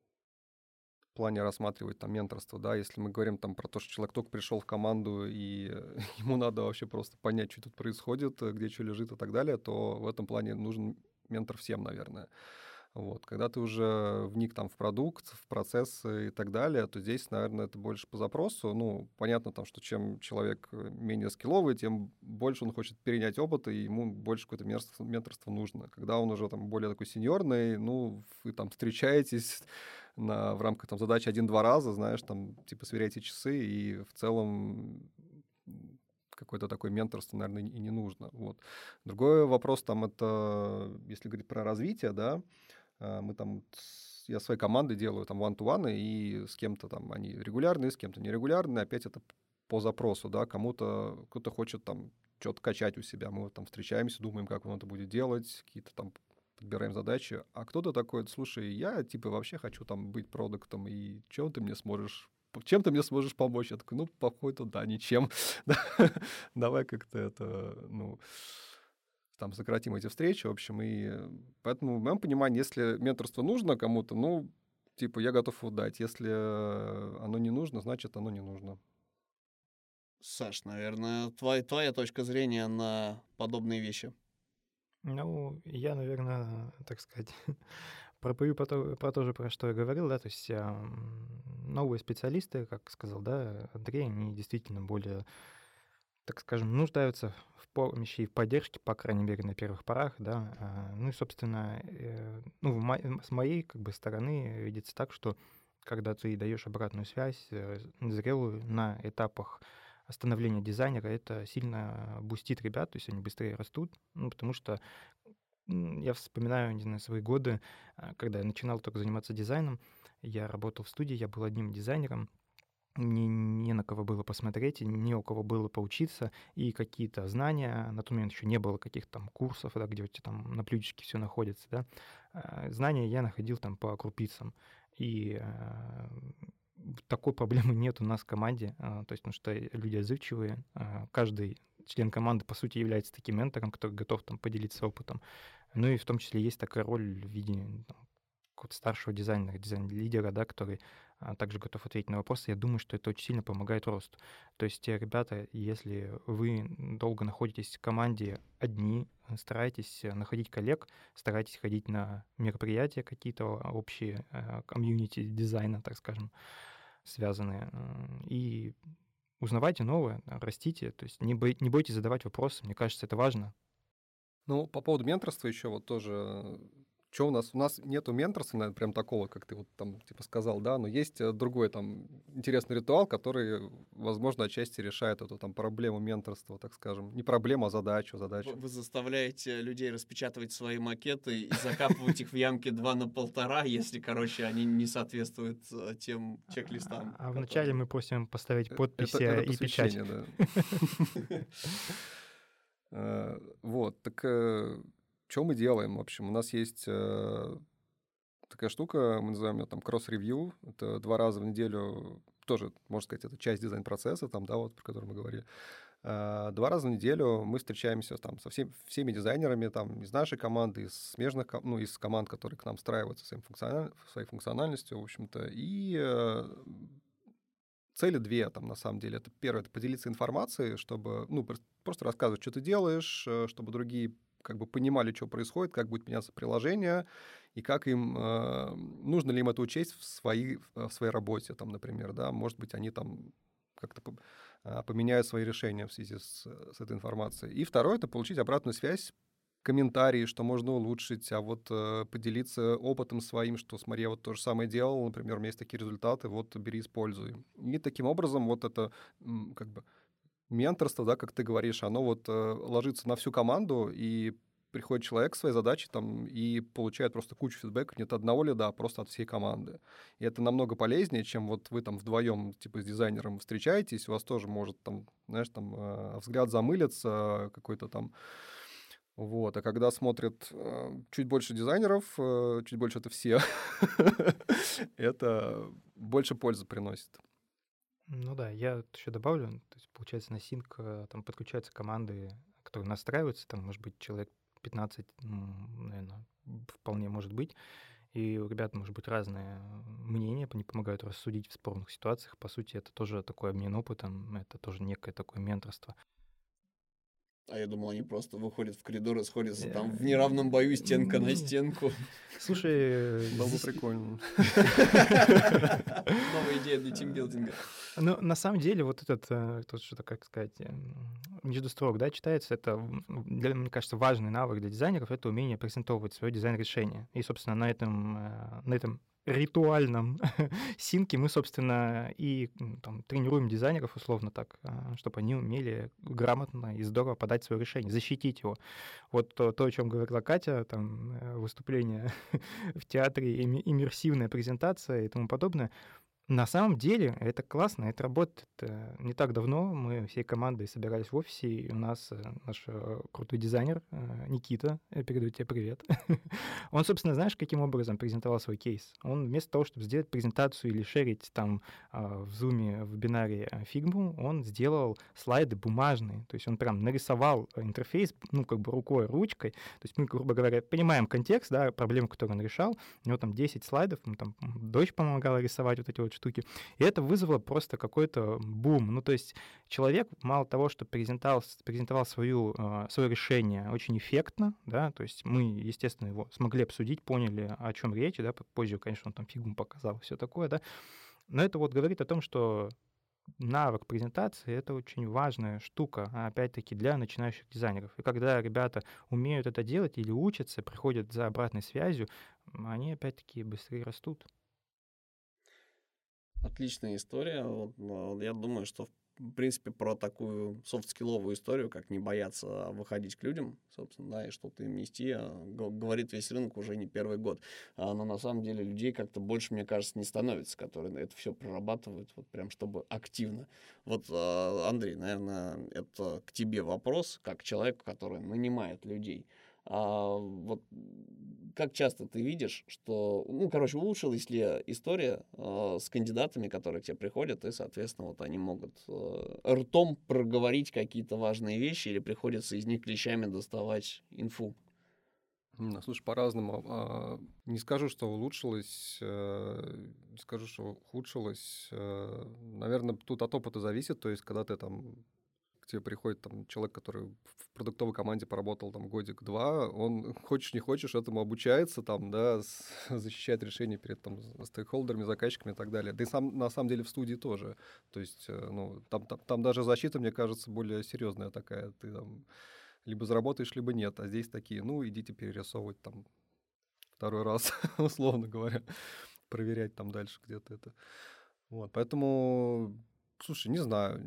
плане рассматривать там менторство, да, если мы говорим там про то, что человек только пришел в команду и э, ему надо вообще просто понять, что тут происходит, э, где что лежит и так далее, то в этом плане нужен ментор всем, наверное. Вот. Когда ты уже вник там в продукт, в процессы и так далее, то здесь, наверное, это больше по запросу. Ну, понятно там, что чем человек э, менее скилловый, тем больше он хочет перенять опыт, и ему больше какое-то менторство, менторство нужно. Когда он уже там более такой сеньорный, ну, вы там встречаетесь на, в рамках там задачи один-два раза, знаешь, там типа сверяйте часы, и в целом м, какое-то такое менторство, наверное, и не нужно. Вот. Другой вопрос там это, если говорить про развитие, да, а, мы там, с- я своей командой делаю там one-to-one, и с кем-то там они регулярные, с кем-то нерегулярные. Опять это по запросу, да, кому-то, кто-то хочет там что-то качать у себя. Мы вот там встречаемся, думаем, как он это будет делать, какие-то там подбираем задачи. А кто-то такой, слушай, я типа вообще хочу там быть продуктом, и чем ты мне сможешь чем ты мне сможешь помочь? Я такой, ну, походу, да, ничем. Да. Давай как-то это, ну, там сократим эти встречи, в общем, и э, поэтому, в моем понимании, если менторство нужно кому-то, ну, типа, я готов его дать. Если э, оно не нужно, значит, оно не нужно. Саш, наверное, твоя, твоя точка зрения на подобные вещи. Ну, я, наверное, так сказать, пропою про то, про то же, про что я говорил, да, то есть ам, новые специалисты, как сказал, да, Андрей, они действительно более так скажем, нуждаются в помощи и в поддержке, по крайней мере, на первых порах, да. А, Ну и, собственно, э, ну, в мо- с моей как бы стороны видится так, что когда ты даешь обратную связь э, зрелую на этапах становления дизайнера, это сильно бустит ребят, то есть они быстрее растут, ну, потому что м, я вспоминаю, не знаю, свои годы, а, когда я начинал только заниматься дизайном, я работал в студии, я был одним дизайнером, мне не на кого было посмотреть, и не у кого было поучиться, и какие-то знания, на тот момент еще не было каких-то там курсов, да, где у тебя там на блюдечке все находится, да, а, знания я находил там по крупицам. И а, такой проблемы нет у нас в команде, а, то есть, потому что люди отзывчивые, а, каждый член команды, по сути, является таким ментором, который готов там поделиться опытом. Ну и в том числе есть такая роль в виде там, какого-то старшего дизайнера, дизайн-лидера, да, который а, также готов ответить на вопросы. Я думаю, что это очень сильно помогает росту. То есть, э, ребята, если вы долго находитесь в команде одни, э, старайтесь э, находить коллег, старайтесь ходить на мероприятия какие-то общие, э, комьюнити дизайна, так скажем, связанные, м, и узнавайте новое, да, растите, то есть не, бой- не бойтесь задавать вопросы, мне кажется, это важно. Ну, по поводу менторства еще вот тоже. Что у нас? У нас нету менторства, наверное, прям такого, как ты вот там типа сказал, да, но есть э, другой там интересный ритуал, который, возможно, отчасти решает эту там проблему менторства, так скажем. Не проблему, а задачу, Вы задачу. вы заставляете людей распечатывать свои макеты и закапывать их в ямке два на полтора, если, короче, они не соответствуют э, тем чек-листам, А вначале которые... мы просим поставить Э, подпись Это, это э, и печать. посвящение, да. Э, Вот, так что мы делаем? В общем, у нас есть э, такая штука, мы называем ее там кросс-ревью. Это два раза в неделю, тоже, можно сказать, это часть дизайн-процесса, там, да, вот, про который мы говорили. А, Два раза в неделю мы встречаемся там со всеми, всеми дизайнерами там, из нашей команды, из смежных, ко- ну, из команд, которые к нам встраиваются своим функциональ- своей функциональностью, в общем-то. И э, цели две там на самом деле. Это первое, это поделиться информацией, чтобы, ну, прос- просто рассказывать, что ты делаешь, э, чтобы другие как бы понимали, что происходит, как будет меняться приложение, и как им, э, нужно ли им это учесть в, свои, в своей работе, там, например, да, может быть, они там как-то по- а, поменяют свои решения в связи с, с этой информацией. И второе, это получить обратную связь, комментарии, что можно улучшить, а вот э, поделиться опытом своим, что смотри, я вот то же самое делал, например, у меня есть такие результаты, вот бери, используй. И таким образом вот это м, как бы менторство, да, как ты говоришь, оно вот э, ложится на всю команду, и приходит человек к своей задаче там и получает просто кучу фидбэка не от одного лида, а просто от всей команды. И это намного полезнее, чем вот вы там вдвоем типа с дизайнером встречаетесь, у вас тоже может там, знаешь, там э, взгляд замылится, какой-то там вот, а когда смотрят э, чуть больше дизайнеров, э, чуть больше это все, это больше пользы приносит. Ну да, я еще добавлю, то есть, получается, на Sync э, там подключаются команды, которые настраиваются, там, может быть, человек пятнадцать, наверное, вполне может быть, и у ребят может быть разное мнение, они помогают рассудить в спорных ситуациях. По сути, это тоже такой обмен опытом, это тоже некое такое менторство. А я думал, они просто выходят в коридор и сходятся там Э, в неравном бою стенка на не. стенку. Слушай, Было бы здесь- прикольно. Новая идея для тимбилдинга. ну, на самом деле, вот этот, э, тут что-то, как сказать, эм, между строк, да, читается, это, м, для, мне кажется, важный навык для дизайнеров — это умение презентовать свое дизайн-решение. И, собственно, на этом, э, на этом ритуальном синке мы, собственно, и м, там, тренируем дизайнеров, условно так, чтобы они умели грамотно и здорово подать свое решение, защитить его. Вот то, то, о чем говорила Катя, там, э, выступление в театре, имми- иммерсивная презентация и тому подобное. На самом деле это классно, это работает. Э, Не так давно мы всей командой собирались в офисе, и у нас э, наш э, крутой дизайнер э, Никита, э, передаю тебе привет. Он, собственно, знаешь, каким образом презентовал свой кейс? Он вместо того, чтобы сделать презентацию или шерить там а, в Zoom, в бинаре а, фигму, он сделал слайды бумажные. То есть он прям нарисовал э, интерфейс, ну, как бы рукой, ручкой. То есть мы, грубо говоря, понимаем контекст, да, проблему, которую он решал. У него там десять слайдов, ему там м, дочь помогала рисовать вот эти вот штуки. И это вызвало просто какой-то бум. Ну, то есть человек мало того, что презентовал, презентовал свою, э, свое решение очень эффектно, да, то есть мы, естественно, его смогли обсудить, поняли, о чем речь, да, позже, конечно, он там фигму показал, все такое, да, но это вот говорит о том, что навык презентации — это очень важная штука, а опять-таки для начинающих дизайнеров. И когда ребята умеют это делать или учатся, приходят за обратной связью, м, они опять-таки быстрее растут. Отличная история. Вот, ну, я думаю, что в принципе про такую софт-скилловую историю, как не бояться выходить к людям, собственно, да, и что-то им нести, а, г- говорит весь рынок уже не первый год. А, но на самом деле людей как-то больше, мне кажется, не становится, которые это все прорабатывают, вот прям чтобы активно. Вот, а, Андрей, наверное, это к тебе вопрос, как человек, который нанимает людей. А, вот как часто ты видишь, что, ну, короче, улучшилась ли история э, с кандидатами, которые к тебе приходят, и, соответственно, вот они могут э, ртом проговорить какие-то важные вещи, или приходится из них клещами доставать инфу? Ну, слушай, по-разному. А, Не скажу, что улучшилось, э, не скажу, что ухудшилось. Наверное, тут от опыта зависит. То есть, когда ты там к тебе приходит там человек, который в продуктовой команде поработал там годик-два, он, хочешь не хочешь, этому обучается, там, да, с- защищает решения перед там стейкхолдерами, заказчиками и так далее. Да и сам, на самом деле в студии тоже. То есть, э, ну, там, там, там даже защита, мне кажется, более серьезная такая. Ты там либо заработаешь, либо нет. А здесь такие, ну, идите перерисовывать там второй раз, условно говоря, проверять там дальше где-то это. Вот, поэтому, слушай, не знаю,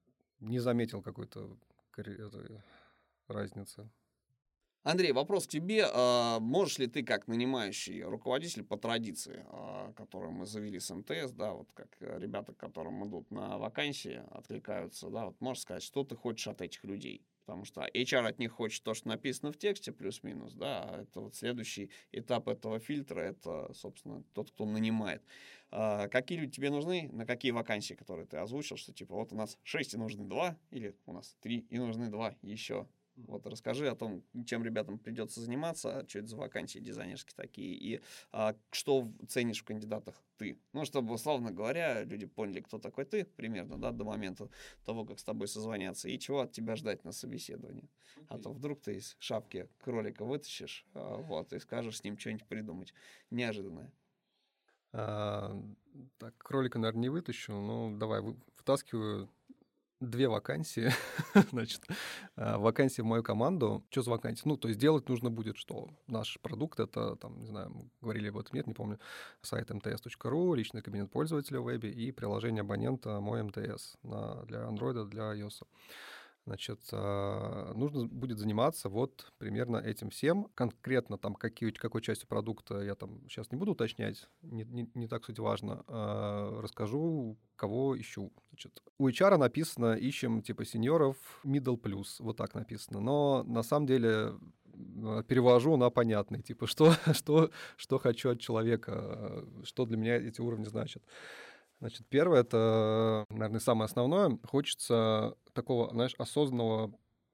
не заметил какой-то корре- этой разницы. Андрей, вопрос к тебе. А, можешь ли ты, как нанимающий руководитель по традиции, а, которую мы завели с МТС, да, вот как э, ребята, к которым идут на вакансии, откликаются, да, вот можешь сказать, что ты хочешь от этих людей? Потому что эйч ар от них хочет то, что написано в тексте, плюс-минус, да, а это вот следующий этап этого фильтра, это, собственно, тот, кто нанимает. А, какие люди тебе нужны, на какие вакансии, которые ты озвучил, что типа вот у нас шесть и нужны два, или у нас три и нужны два еще. Вот расскажи о том, чем ребятам придется заниматься, что это за вакансии дизайнерские такие, и а, что ценишь в кандидатах ты. Ну, чтобы, условно говоря, люди поняли, кто такой ты, примерно, да, до момента того, как с тобой созвоняться, и чего от тебя ждать на собеседовании. Okay. А то вдруг ты из шапки кролика вытащишь, а, вот, и скажешь с ним что-нибудь придумать неожиданное. А, так, кролика, наверное, не вытащу, но давай, вы- вытаскиваю две вакансии, значит, а, вакансии в мою команду. Что за вакансии? Ну, то есть делать нужно будет, что наш продукт — это, там, не знаю, мы говорили об этом, нет, не помню, сайт эм тэ эс точка ру, личный кабинет пользователя в вебе и приложение абонента «Мой эм тэ эс» на, для Android, для iOS. Значит, а, нужно будет заниматься вот примерно этим всем. Конкретно там какие, какой частью продукта я там сейчас не буду уточнять, не, не, не так суть важно. А, расскажу, кого ищу. Значит, у эйч ар написано «ищем типа сеньоров middle plus», вот так написано. Но на самом деле м, перевожу на понятный, типа что, что, что хочу от человека, что для меня эти уровни значат. Значит, первое, это, наверное, самое основное. Хочется такого, знаешь, осознанного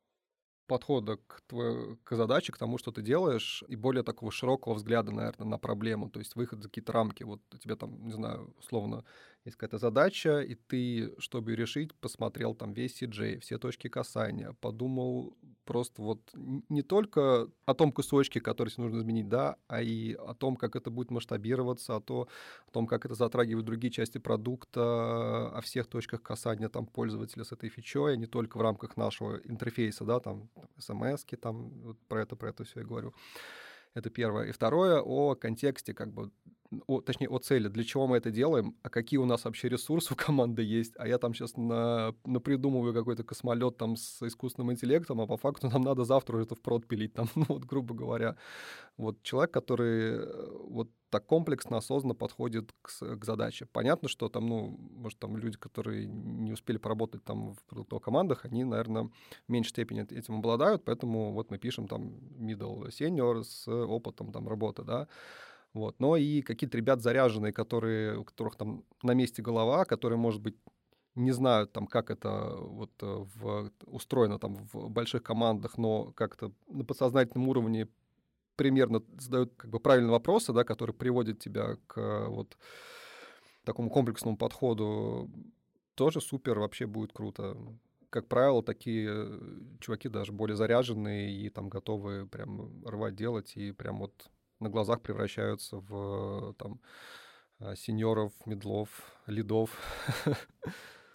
подхода к, твоей, к задаче, к тому, что ты делаешь, и более такого широкого взгляда, наверное, на проблему, то есть выход за какие-то рамки. Вот у тебя там, не знаю, условно, есть какая-то задача, и ты, чтобы ее решить, посмотрел там весь си джей, все точки касания, подумал просто вот не только о том кусочке, который тебе нужно изменить, да, а и о том, как это будет масштабироваться, о, то, о том, как это затрагивает другие части продукта, о всех точках касания там пользователя с этой фичой, а не только в рамках нашего интерфейса, да, там смс-ки, там вот про это, про это все я говорю. Это первое. И второе, о контексте, как бы, о, точнее, о цели, для чего мы это делаем, а какие у нас вообще ресурсы у команды есть. А я там сейчас на, напридумываю какой-то космолет там с искусственным интеллектом, а по факту нам надо завтра уже это в прод пилить, там, ну, вот, грубо говоря. Вот человек, который э, вот так комплексно, осознанно подходит к, с- к задаче. Понятно, что там, ну, может, там люди, которые не успели поработать там в продуктовых командах, они, наверное, в меньшей степени эт- этим обладают, поэтому вот мы пишем там middle senior с опытом там работы, да, вот. Но и какие-то ребят заряженные, которые, у которых там на месте голова, которые, может быть, не знают там, как это вот э, в, устроено там в больших командах, но как-то на подсознательном уровне примерно задают как бы правильные вопросы, да, которые приводят тебя к э, вот такому комплексному подходу, тоже супер, вообще будет круто. Как правило, такие э, чуваки даже более заряженные и там готовы прям рвать, делать, и прям вот на глазах превращаются в там э, сеньоров, медлов, лидов.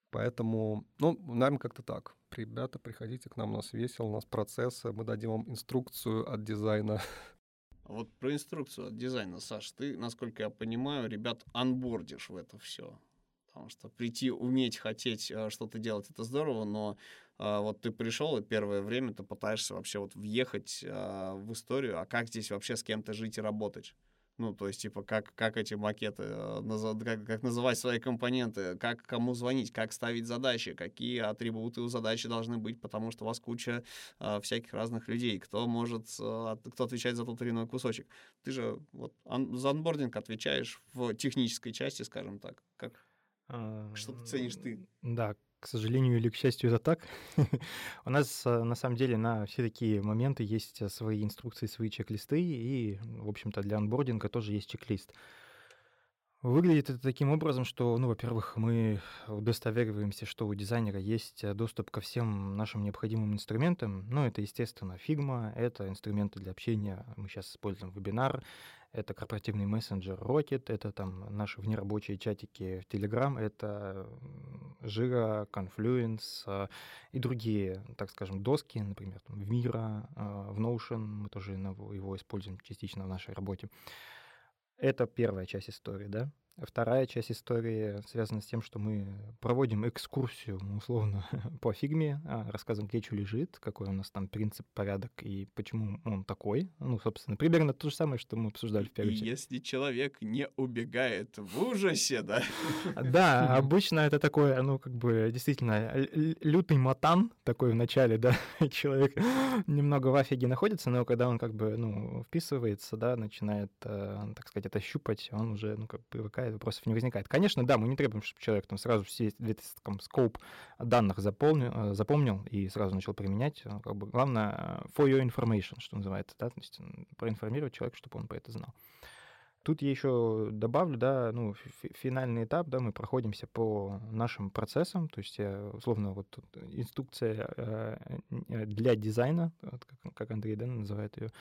Поэтому, ну, наверное, как-то так. Ребята, приходите к нам, у нас весело, у нас процессы, мы дадим вам инструкцию от дизайна. Вот про инструкцию от дизайна, Саш, ты, насколько я понимаю, ребят анбордишь в это все. Потому что прийти, уметь, хотеть э, что-то делать, это здорово, но э, вот ты пришел, и первое время ты пытаешься вообще вот въехать э, в историю, а как здесь вообще с кем-то жить и работать? Ну, то есть, типа, как, как эти макеты, э, назов- как, как называть свои компоненты, как кому звонить, как ставить задачи, какие атрибуты у задачи должны быть, потому что у вас куча э, всяких разных людей, кто может, э, от- кто отвечает за тот или иной кусочек. Ты же вот ан- за анбординг отвечаешь в технической части, скажем так. Как, А, что ты ценишь ты? Да, к сожалению или к счастью, это так. У нас а, на самом деле на все такие моменты есть а, свои инструкции, свои чек-листы, и, в общем-то, для анбординга тоже есть чек-лист. Выглядит это таким образом, что, ну, во-первых, мы удостовериваемся, что у дизайнера есть э, доступ ко всем нашим необходимым инструментам. Ну, это, естественно, Figma, это инструменты для общения. Мы сейчас используем вебинар, это корпоративный мессенджер Rocket, это там наши внерабочие чатики в Telegram, это м, Jira, Confluence э, и другие, так скажем, доски, например, там, в Miro, э, в Notion, мы тоже его его используем частично в нашей работе. Это первая часть истории, да. А вторая часть истории связана с тем, что мы проводим экскурсию, ну, условно, по фигме, а, рассказываем, где что лежит, какой у нас там принцип, порядок и почему он такой. Ну, собственно, примерно то же самое, что мы обсуждали в И первой части. если человек не убегает в ужасе, да? Да, обычно это такое, ну, как бы, действительно, л- л- лютый матан такой в начале, да, человек немного в афиге находится, но когда он как бы, ну, вписывается, да, начинает, э, так сказать, это щупать, он уже, ну, как бы привыкает, вопросов не возникает. Конечно, да, мы не требуем, чтобы человек там сразу все весь там скоуп данных заполнил, э, запомнил и сразу начал применять. Э, Как бы главное, э, for your information, что называется, да, то есть м, проинформировать человека, чтобы он про это знал. Тут я еще добавлю, да, ну, фи- финальный этап, да, мы проходимся по нашим процессам, то есть, э, условно, вот тут инструкция э, э, для дизайна, вот как, как Андрей, да, называет ее.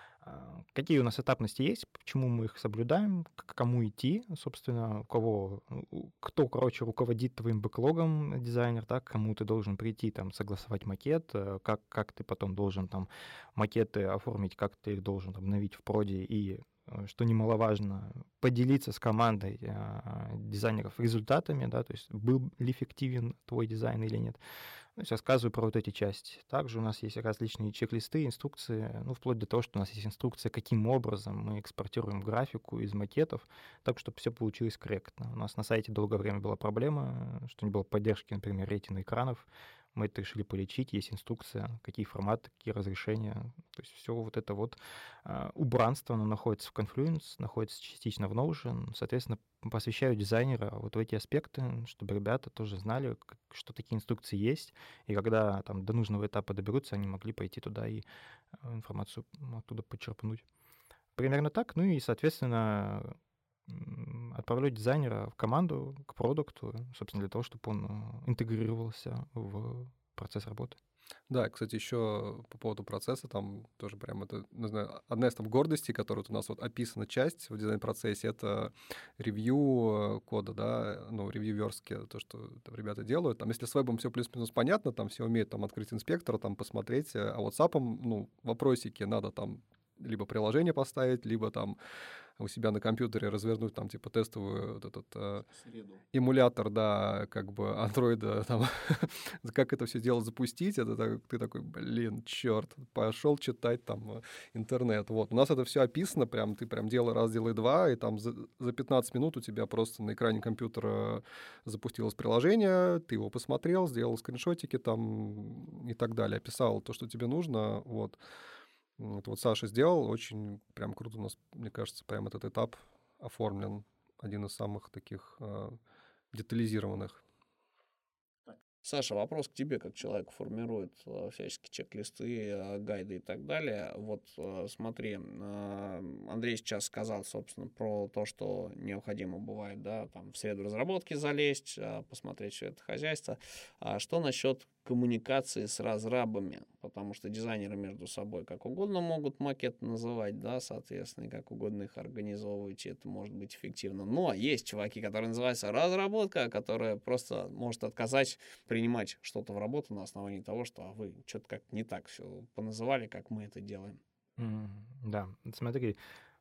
А, Какие у нас этапности есть, почему мы их соблюдаем, к кому идти, собственно, у кого, у- кто, короче, руководит твоим бэклогом, дизайнер, да, к кому ты должен прийти, там, согласовать макет, э, как, как ты потом должен там макеты оформить, как ты их должен обновить в проде и, э, что немаловажно, поделиться с командой э, дизайнеров результатами, да, то есть был ли эффективен твой дизайн или нет. То есть рассказываю про вот эти части. Также у нас есть различные чек-листы, инструкции, ну, вплоть до того, что у нас есть инструкция, каким образом мы экспортируем графику из макетов, так, чтобы все получилось корректно. У нас на сайте долгое время была проблема, что не было поддержки, например, рейтинга экранов. Мы это решили полечить, есть инструкция, какие форматы, какие разрешения. То есть все вот это вот а, убранство, оно находится в Confluence, находится частично в Notion. Соответственно, посвящаю дизайнера вот в эти аспекты, чтобы ребята тоже знали, как- что такие инструкции есть, и когда там до нужного этапа доберутся, они могли пойти туда и э, информацию оттуда почерпнуть. Примерно так. Ну и, соответственно, м, отправлю дизайнера в команду, к продукту, собственно, для того, чтобы он э, интегрировался в процесс работы. Да, кстати, еще по поводу процесса, там тоже прям это, не знаю, одна из там гордостей, которая вот у нас вот описана часть в дизайн-процессе, это ревью э, кода, да, ну, ревью верстки, то, что там ребята делают. Там, если с вебом все плюс-минус понятно, там все умеют там открыть инспектор, там посмотреть, э, а вот с апом, ну, вопросики надо там либо приложение поставить, либо там у себя на компьютере развернуть там типа тестовую вот этот э, Среду. эмулятор, да, как бы андроида, там, как это все дело запустить, это так- ты такой, блин, черт, пошел читать там э, интернет. Вот, у нас это все описано, прям ты прям делай раз, делай два, и там за, за пятнадцать минут у тебя просто на экране компьютера запустилось приложение, ты его посмотрел, сделал скриншотики там и так далее, описал то, что тебе нужно, вот. Это вот Саша сделал, очень прям круто у нас, мне кажется, прям этот этап оформлен, один из самых таких э, детализированных. Саша, вопрос к тебе, как человек формирует э, всяческие чек-листы, э, гайды и так далее. Вот э, смотри, э, Андрей сейчас сказал, собственно, про то, что необходимо бывает, да, там в среду разработки залезть, э, посмотреть все это хозяйство. А что насчет коммуникации с разрабами, потому что дизайнеры между собой как угодно могут макет называть, да, соответственно, и как угодно их организовывать, и это может быть эффективно. Но есть чуваки, которые называются разработка, которая просто может отказать принимать что-то в работу на основании того, что а вы что-то как-то не так все поназывали, как мы это делаем. М, Да, смотри,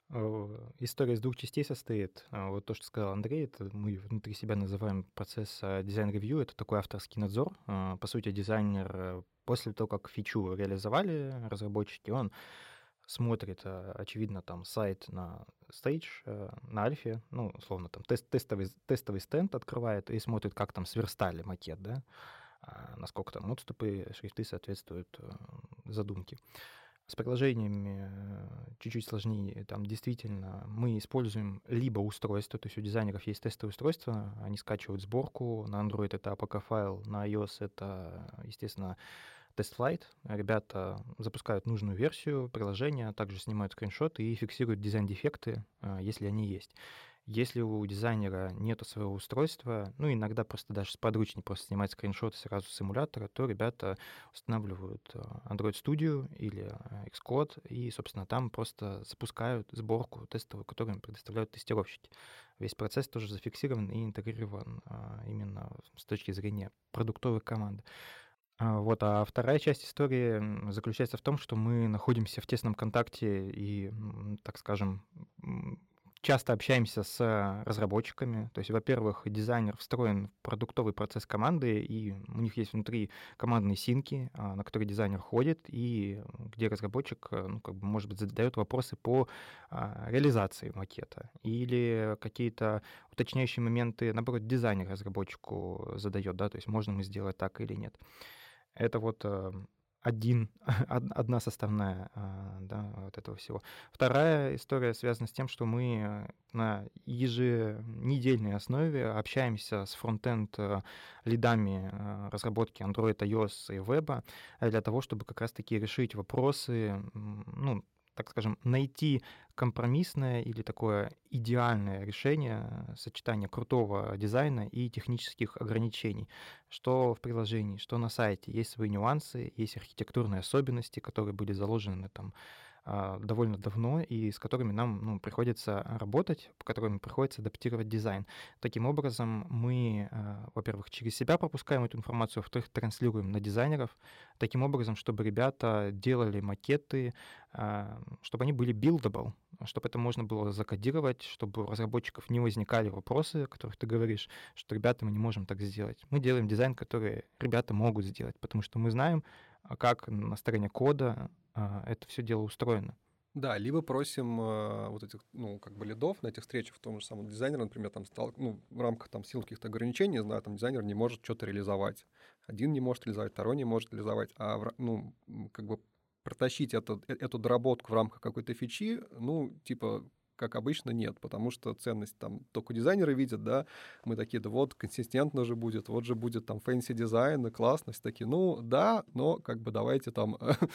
э, история из двух частей состоит. А, Вот то, что сказал Андрей, это мы внутри себя называем процесс а, дизайн-ревью, это такой авторский надзор. А, По сути, дизайнер э, после того, как фичу реализовали разработчики, он смотрит, а, очевидно, там сайт на стейдж, э, на альфе, ну, условно, там тест, тестовый, тестовый стенд открывает и смотрит, как там сверстали макет, да, а, насколько там отступы, шрифты соответствуют э, задумке. С приложениями э, чуть-чуть сложнее. Там действительно мы используем либо устройство, то есть у дизайнеров есть тестовые устройства, они скачивают сборку, на Android это эй пи кей-файл, на iOS это, естественно, TestFlight. Ребята запускают нужную версию приложения, также снимают скриншоты и фиксируют дизайн-дефекты, э, если они есть. Если у дизайнера нет своего устройства, ну, иногда просто даже сподручнее просто снимать скриншоты сразу с симулятора, то ребята устанавливают э, Android Studio или э, Xcode, и, собственно, там просто запускают сборку тестовую, которую им предоставляют тестировщики. Весь процесс тоже зафиксирован и интегрирован а, именно с точки зрения продуктовой команды. А, Вот, а вторая часть истории м, заключается в том, что мы находимся в тесном контакте и, м, так скажем, м, часто общаемся с а, разработчиками. То есть, во-первых, дизайнер встроен в продуктовый процесс команды, и у них есть внутри командные синки, а, на которые дизайнер ходит, и где разработчик, а, ну, как бы, может быть, задает вопросы по а, реализации макета или какие-то уточняющие моменты, наоборот, дизайнер разработчику задает, да, то есть можно мы сделать так или нет. Это вот э, один, од- одна составная а, да, вот этого всего. Вторая история связана с тем, что мы э, на еженедельной основе общаемся с фронтенд э, лидами э, разработки Android, iOS и веба э, для того, чтобы как раз-таки решить вопросы, м, ну, так скажем, найти компромиссное или такое идеальное решение э, сочетания крутого дизайна и технических ограничений. Что в приложении, что на сайте. Есть свои нюансы, есть архитектурные особенности, которые были заложены там а, довольно давно и с которыми нам ну, приходится работать, по которым приходится адаптировать дизайн. Таким образом, мы, а, во-первых, через себя пропускаем эту информацию, во-вторых, транслируем на дизайнеров, таким образом, чтобы ребята делали макеты, а, чтобы они были buildable, чтобы это можно было закодировать, чтобы у разработчиков не возникали вопросы, о которых ты говоришь, что ребята, мы не можем так сделать. Мы делаем дизайн, который ребята могут сделать, потому что мы знаем, а, как на стороне кода а, это все дело устроено. Да, либо просим э, вот этих, ну, как бы лидов на этих встречах, в том же самом дизайнере, например, там стал, ну, в рамках там сил каких-то ограничений, не знаю, там дизайнер не может что-то реализовать. Один не может реализовать, второй не может реализовать, а, в ра- ну, м, как бы протащить это, э- эту доработку в рамках какой-то фичи, ну, типа, как обычно, нет, потому что ценность там только дизайнеры видят, да, мы такие, да вот, консистентно же будет, вот же будет там фэнси дизайн, и классно, все такие, ну, да, но как бы давайте там,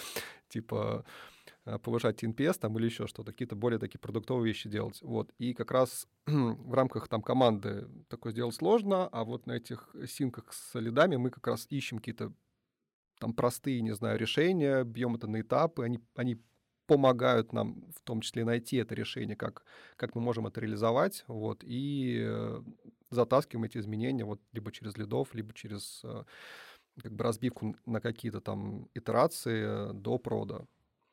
типа, э, повышать эн пи эс там или еще что-то, какие-то более такие продуктовые вещи делать. Вот. И как раз в рамках там команды такое сделать сложно, а вот на этих синках с лидами мы как раз ищем какие-то там простые, не знаю, решения, бьем это на этапы, они, они помогают нам в том числе найти это решение, как, как мы можем это реализовать, вот, и э, затаскиваем эти изменения вот либо через лидов, либо через э, как бы разбивку на какие-то там итерации э, до прода.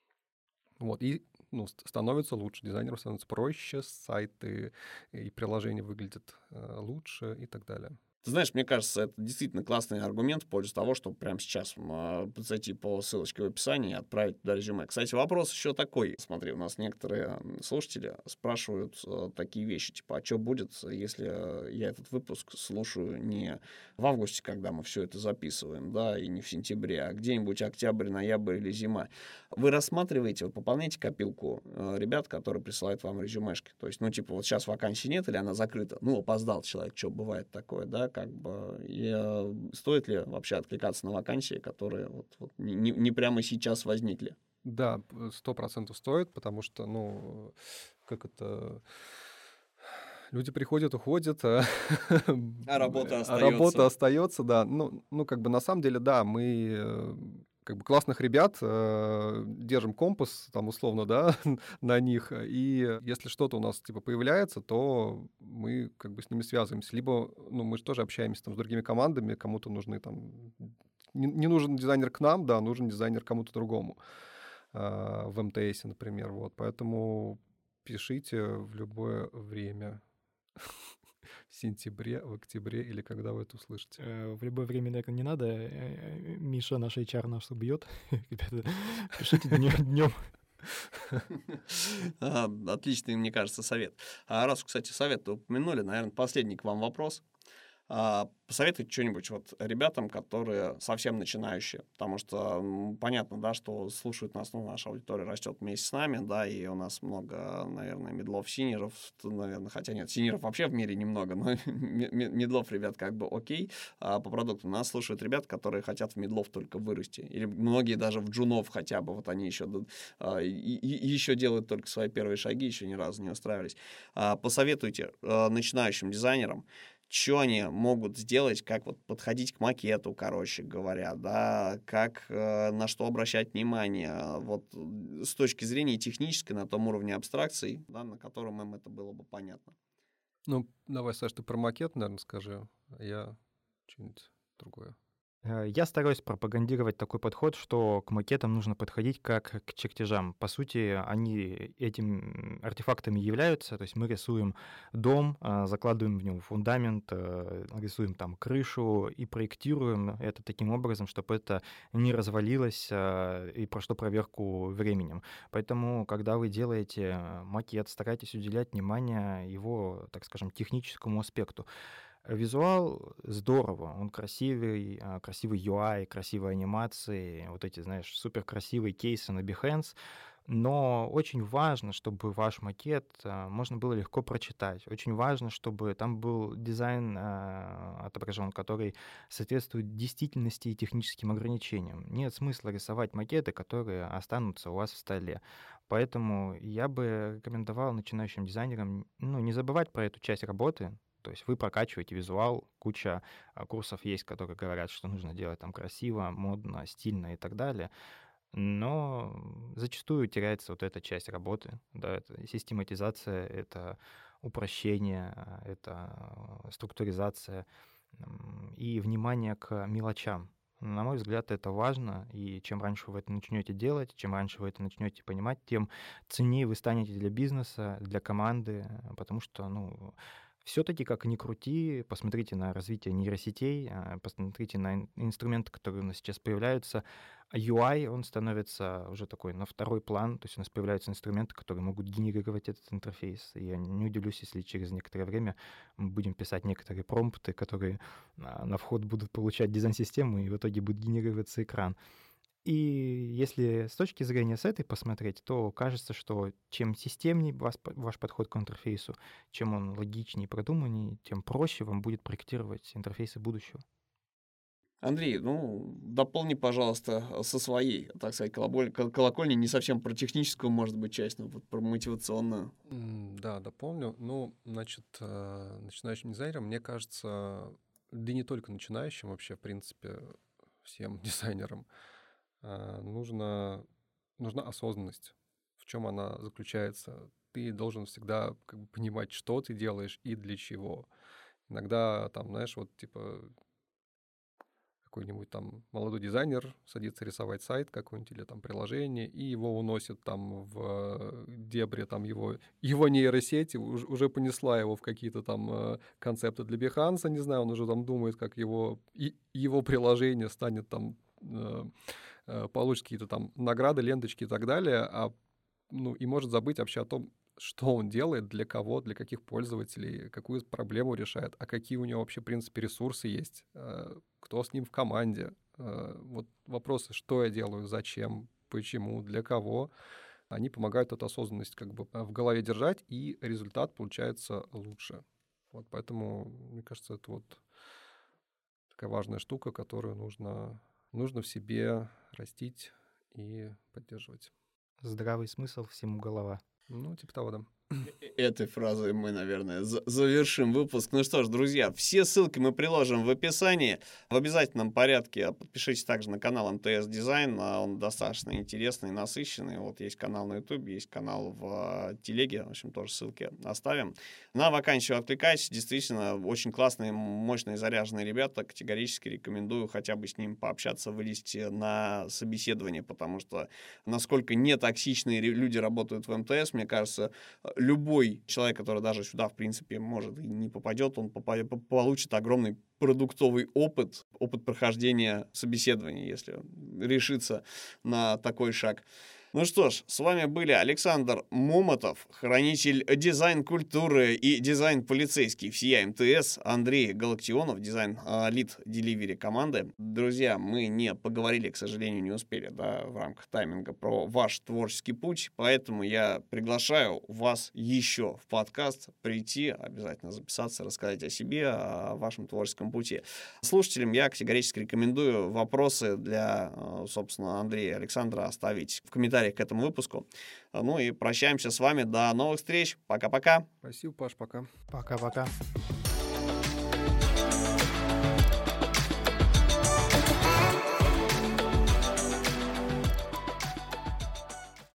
Вот, и ну, ст- становится лучше, дизайнеру становится проще, сайты и приложения выглядят э, лучше и так далее. Ты знаешь, мне кажется, это действительно классный аргумент в пользу того, чтобы прямо сейчас а, зайти по ссылочке в описании и отправить туда резюме. Кстати, вопрос еще такой. Смотри, у нас некоторые м, слушатели спрашивают а, такие вещи, типа, а что будет, если а, я этот выпуск слушаю не в августе, когда мы все это записываем, да, и не в сентябре, а где-нибудь октябрь, ноябрь или зима. Вы рассматриваете, вы пополняете копилку а, ребят, которые присылают вам резюмешки. То есть, ну, типа, вот сейчас вакансии нет или она закрыта. Ну, опоздал человек, что бывает такое, да, как бы, и э, стоит ли вообще откликаться на вакансии, которые вот, вот не, не не прямо сейчас возникли? Да, п- сто процентов стоит, потому что, ну, как это... Люди приходят, уходят, а А работа а работа остается. остается, да. Ну, ну, как бы на самом деле, да, мы э, как бы классных ребят э, держим компас, там, условно, да, на них. И если что-то у нас, типа, появляется, то мы как бы с ними связываемся. Либо, ну, мы же тоже общаемся там с другими командами, кому-то нужны там... Не, не нужен дизайнер к нам, да, нужен дизайнер кому-то другому. А, в эм тэ эс, например, вот. Поэтому пишите в любое время. В сентябре, в октябре или когда вы это услышите. Э, В любое время, наверное, не надо. Э, э, Миша, наш эйч ар, нас убьет. Ребята, пишите днем. А, Отличный, мне кажется, совет. А раз, кстати, совет упомянули, наверное, последний к вам вопрос. А, Посоветуйте что-нибудь вот ребятам, которые совсем начинающие, потому что м, понятно, да, что слушают нас, ну, наша аудитория растет вместе с нами, да, и у нас много, наверное, медлов, синеров, наверное, хотя нет, синеров вообще в мире немного, но медлов, ребят, как бы окей, а по продукту нас слушают ребята, которые хотят в медлов только вырасти, или многие даже в джунов хотя бы, вот они еще, а, и, и еще делают только свои первые шаги, еще ни разу не устраивались. А, посоветуйте а, начинающим дизайнерам, что они могут сделать, как вот подходить к макету, короче говоря, да, как, э, на что обращать внимание, вот э, с точки зрения технической, на том уровне абстракций, да, на котором им это было бы понятно. Ну, давай, Саш, ты про макет, наверное, скажи, а я что-нибудь другое. Э, Я стараюсь пропагандировать такой подход, что к макетам нужно подходить как к чертежам. По сути, они этим артефактами являются. То есть мы рисуем дом, а, закладываем в него фундамент, э, рисуем там крышу и проектируем это таким образом, чтобы это не развалилось а, и прошло проверку временем. Поэтому, когда вы делаете макет, старайтесь уделять внимание его, так скажем, техническому аспекту. Визуал здорово, он красивый, а, красивый ю ай, красивые анимации, вот эти, знаешь, супер красивые кейсы на Behance, но очень важно, чтобы ваш макет а, можно было легко прочитать. Очень важно, чтобы там был дизайн а, отображен, который соответствует действительности и техническим ограничениям. Нет смысла рисовать макеты, которые останутся у вас в столе. Поэтому я бы рекомендовал начинающим дизайнерам, ну, не забывать про эту часть работы. То есть вы прокачиваете визуал, куча а, курсов есть, которые говорят, что нужно делать там красиво, модно, стильно и так далее. Но зачастую теряется вот эта часть работы, да, это систематизация, это упрощение, а, это а, структуризация м, и внимание к мелочам. На мой взгляд, это важно, и чем раньше вы это начнете делать, чем раньше вы это начнете понимать, тем ценнее вы станете для бизнеса, для команды, потому что, ну, все-таки, как ни крути, посмотрите на развитие нейросетей, а, посмотрите на ин- инструменты, которые у нас сейчас появляются. А ю ай, он становится уже такой на второй план, то есть у нас появляются инструменты, которые могут генерировать этот интерфейс. И я не удивлюсь, если через некоторое время мы будем писать некоторые промпты, которые а, на вход будут получать дизайн-систему, и в итоге будет генерироваться экран. И если с точки зрения с этой посмотреть, то кажется, что чем системнее вас- ваш подход к интерфейсу, чем он логичнее и продуманнее, тем проще вам будет проектировать интерфейсы будущего. Андрей, ну, дополни, пожалуйста, со своей, так сказать, колоколь- кол- колокольни, не совсем про техническую, может быть, часть, но вот про мотивационную. М, Да, дополню. Ну, значит, э, начинающим дизайнерам, мне кажется, да и не только начинающим, вообще, в принципе, всем дизайнерам, э, нужно, нужна осознанность. В чем она заключается? Ты должен всегда как бы понимать, что ты делаешь и для чего. Иногда там, знаешь, вот типа какой-нибудь там молодой дизайнер садится рисовать сайт какой-нибудь или там приложение, и его уносит там в дебри там его, его нейросети, уж- уже понесла его в какие-то там э, концепты для Behance, не знаю, он уже там думает, как его, и, его приложение станет там, э, э, получит какие-то там награды, ленточки и так далее, а ну, и может забыть вообще о том, что он делает, для кого, для каких пользователей, какую проблему решает, а какие у него вообще, в принципе, ресурсы есть, э, кто с ним в команде. Э, Вот вопросы, что я делаю, зачем, почему, для кого, они помогают эту осознанность как бы в голове держать, и результат получается лучше. Вот поэтому, мне кажется, это вот такая важная штука, которую нужно, нужно в себе растить и поддерживать. Здравый смысл, всему голова. Ну, типа того, да. Этой фразой мы, наверное, за- завершим выпуск. Ну что ж, друзья, все ссылки мы приложим в описании. В обязательном порядке подпишитесь также на канал эм тэ эс Design. Он достаточно интересный, насыщенный. Вот есть канал на YouTube, есть канал в телеге. В общем, тоже ссылки оставим. На вакансию откликайтесь. Действительно, очень классные, мощные, заряженные ребята. Категорически рекомендую хотя бы с ним пообщаться, вылезти на собеседование, потому что насколько нетоксичные люди работают в эм тэ эс, мне кажется, любой человек, который даже сюда, в принципе, может и не попадет, он попадет, получит огромный продуктовый опыт, опыт прохождения собеседования, если решится на такой шаг. Ну что ж, с вами были Александр Момотов, хранитель дизайн-культуры и дизайн-полицейский всея эм тэ эс, Андрей Галактионов, дизайн-лид деливери команды. Друзья, мы не поговорили, к сожалению, не успели, да, в рамках тайминга про ваш творческий путь, поэтому я приглашаю вас еще в подкаст прийти, обязательно записаться, рассказать о себе, о вашем творческом пути. Слушателям я категорически рекомендую вопросы для, собственно, Андрея и Александра оставить в комментариях к этому выпуску. Ну и прощаемся с вами. До новых встреч. Пока-пока. Спасибо, Паш, пока. Пока-пока.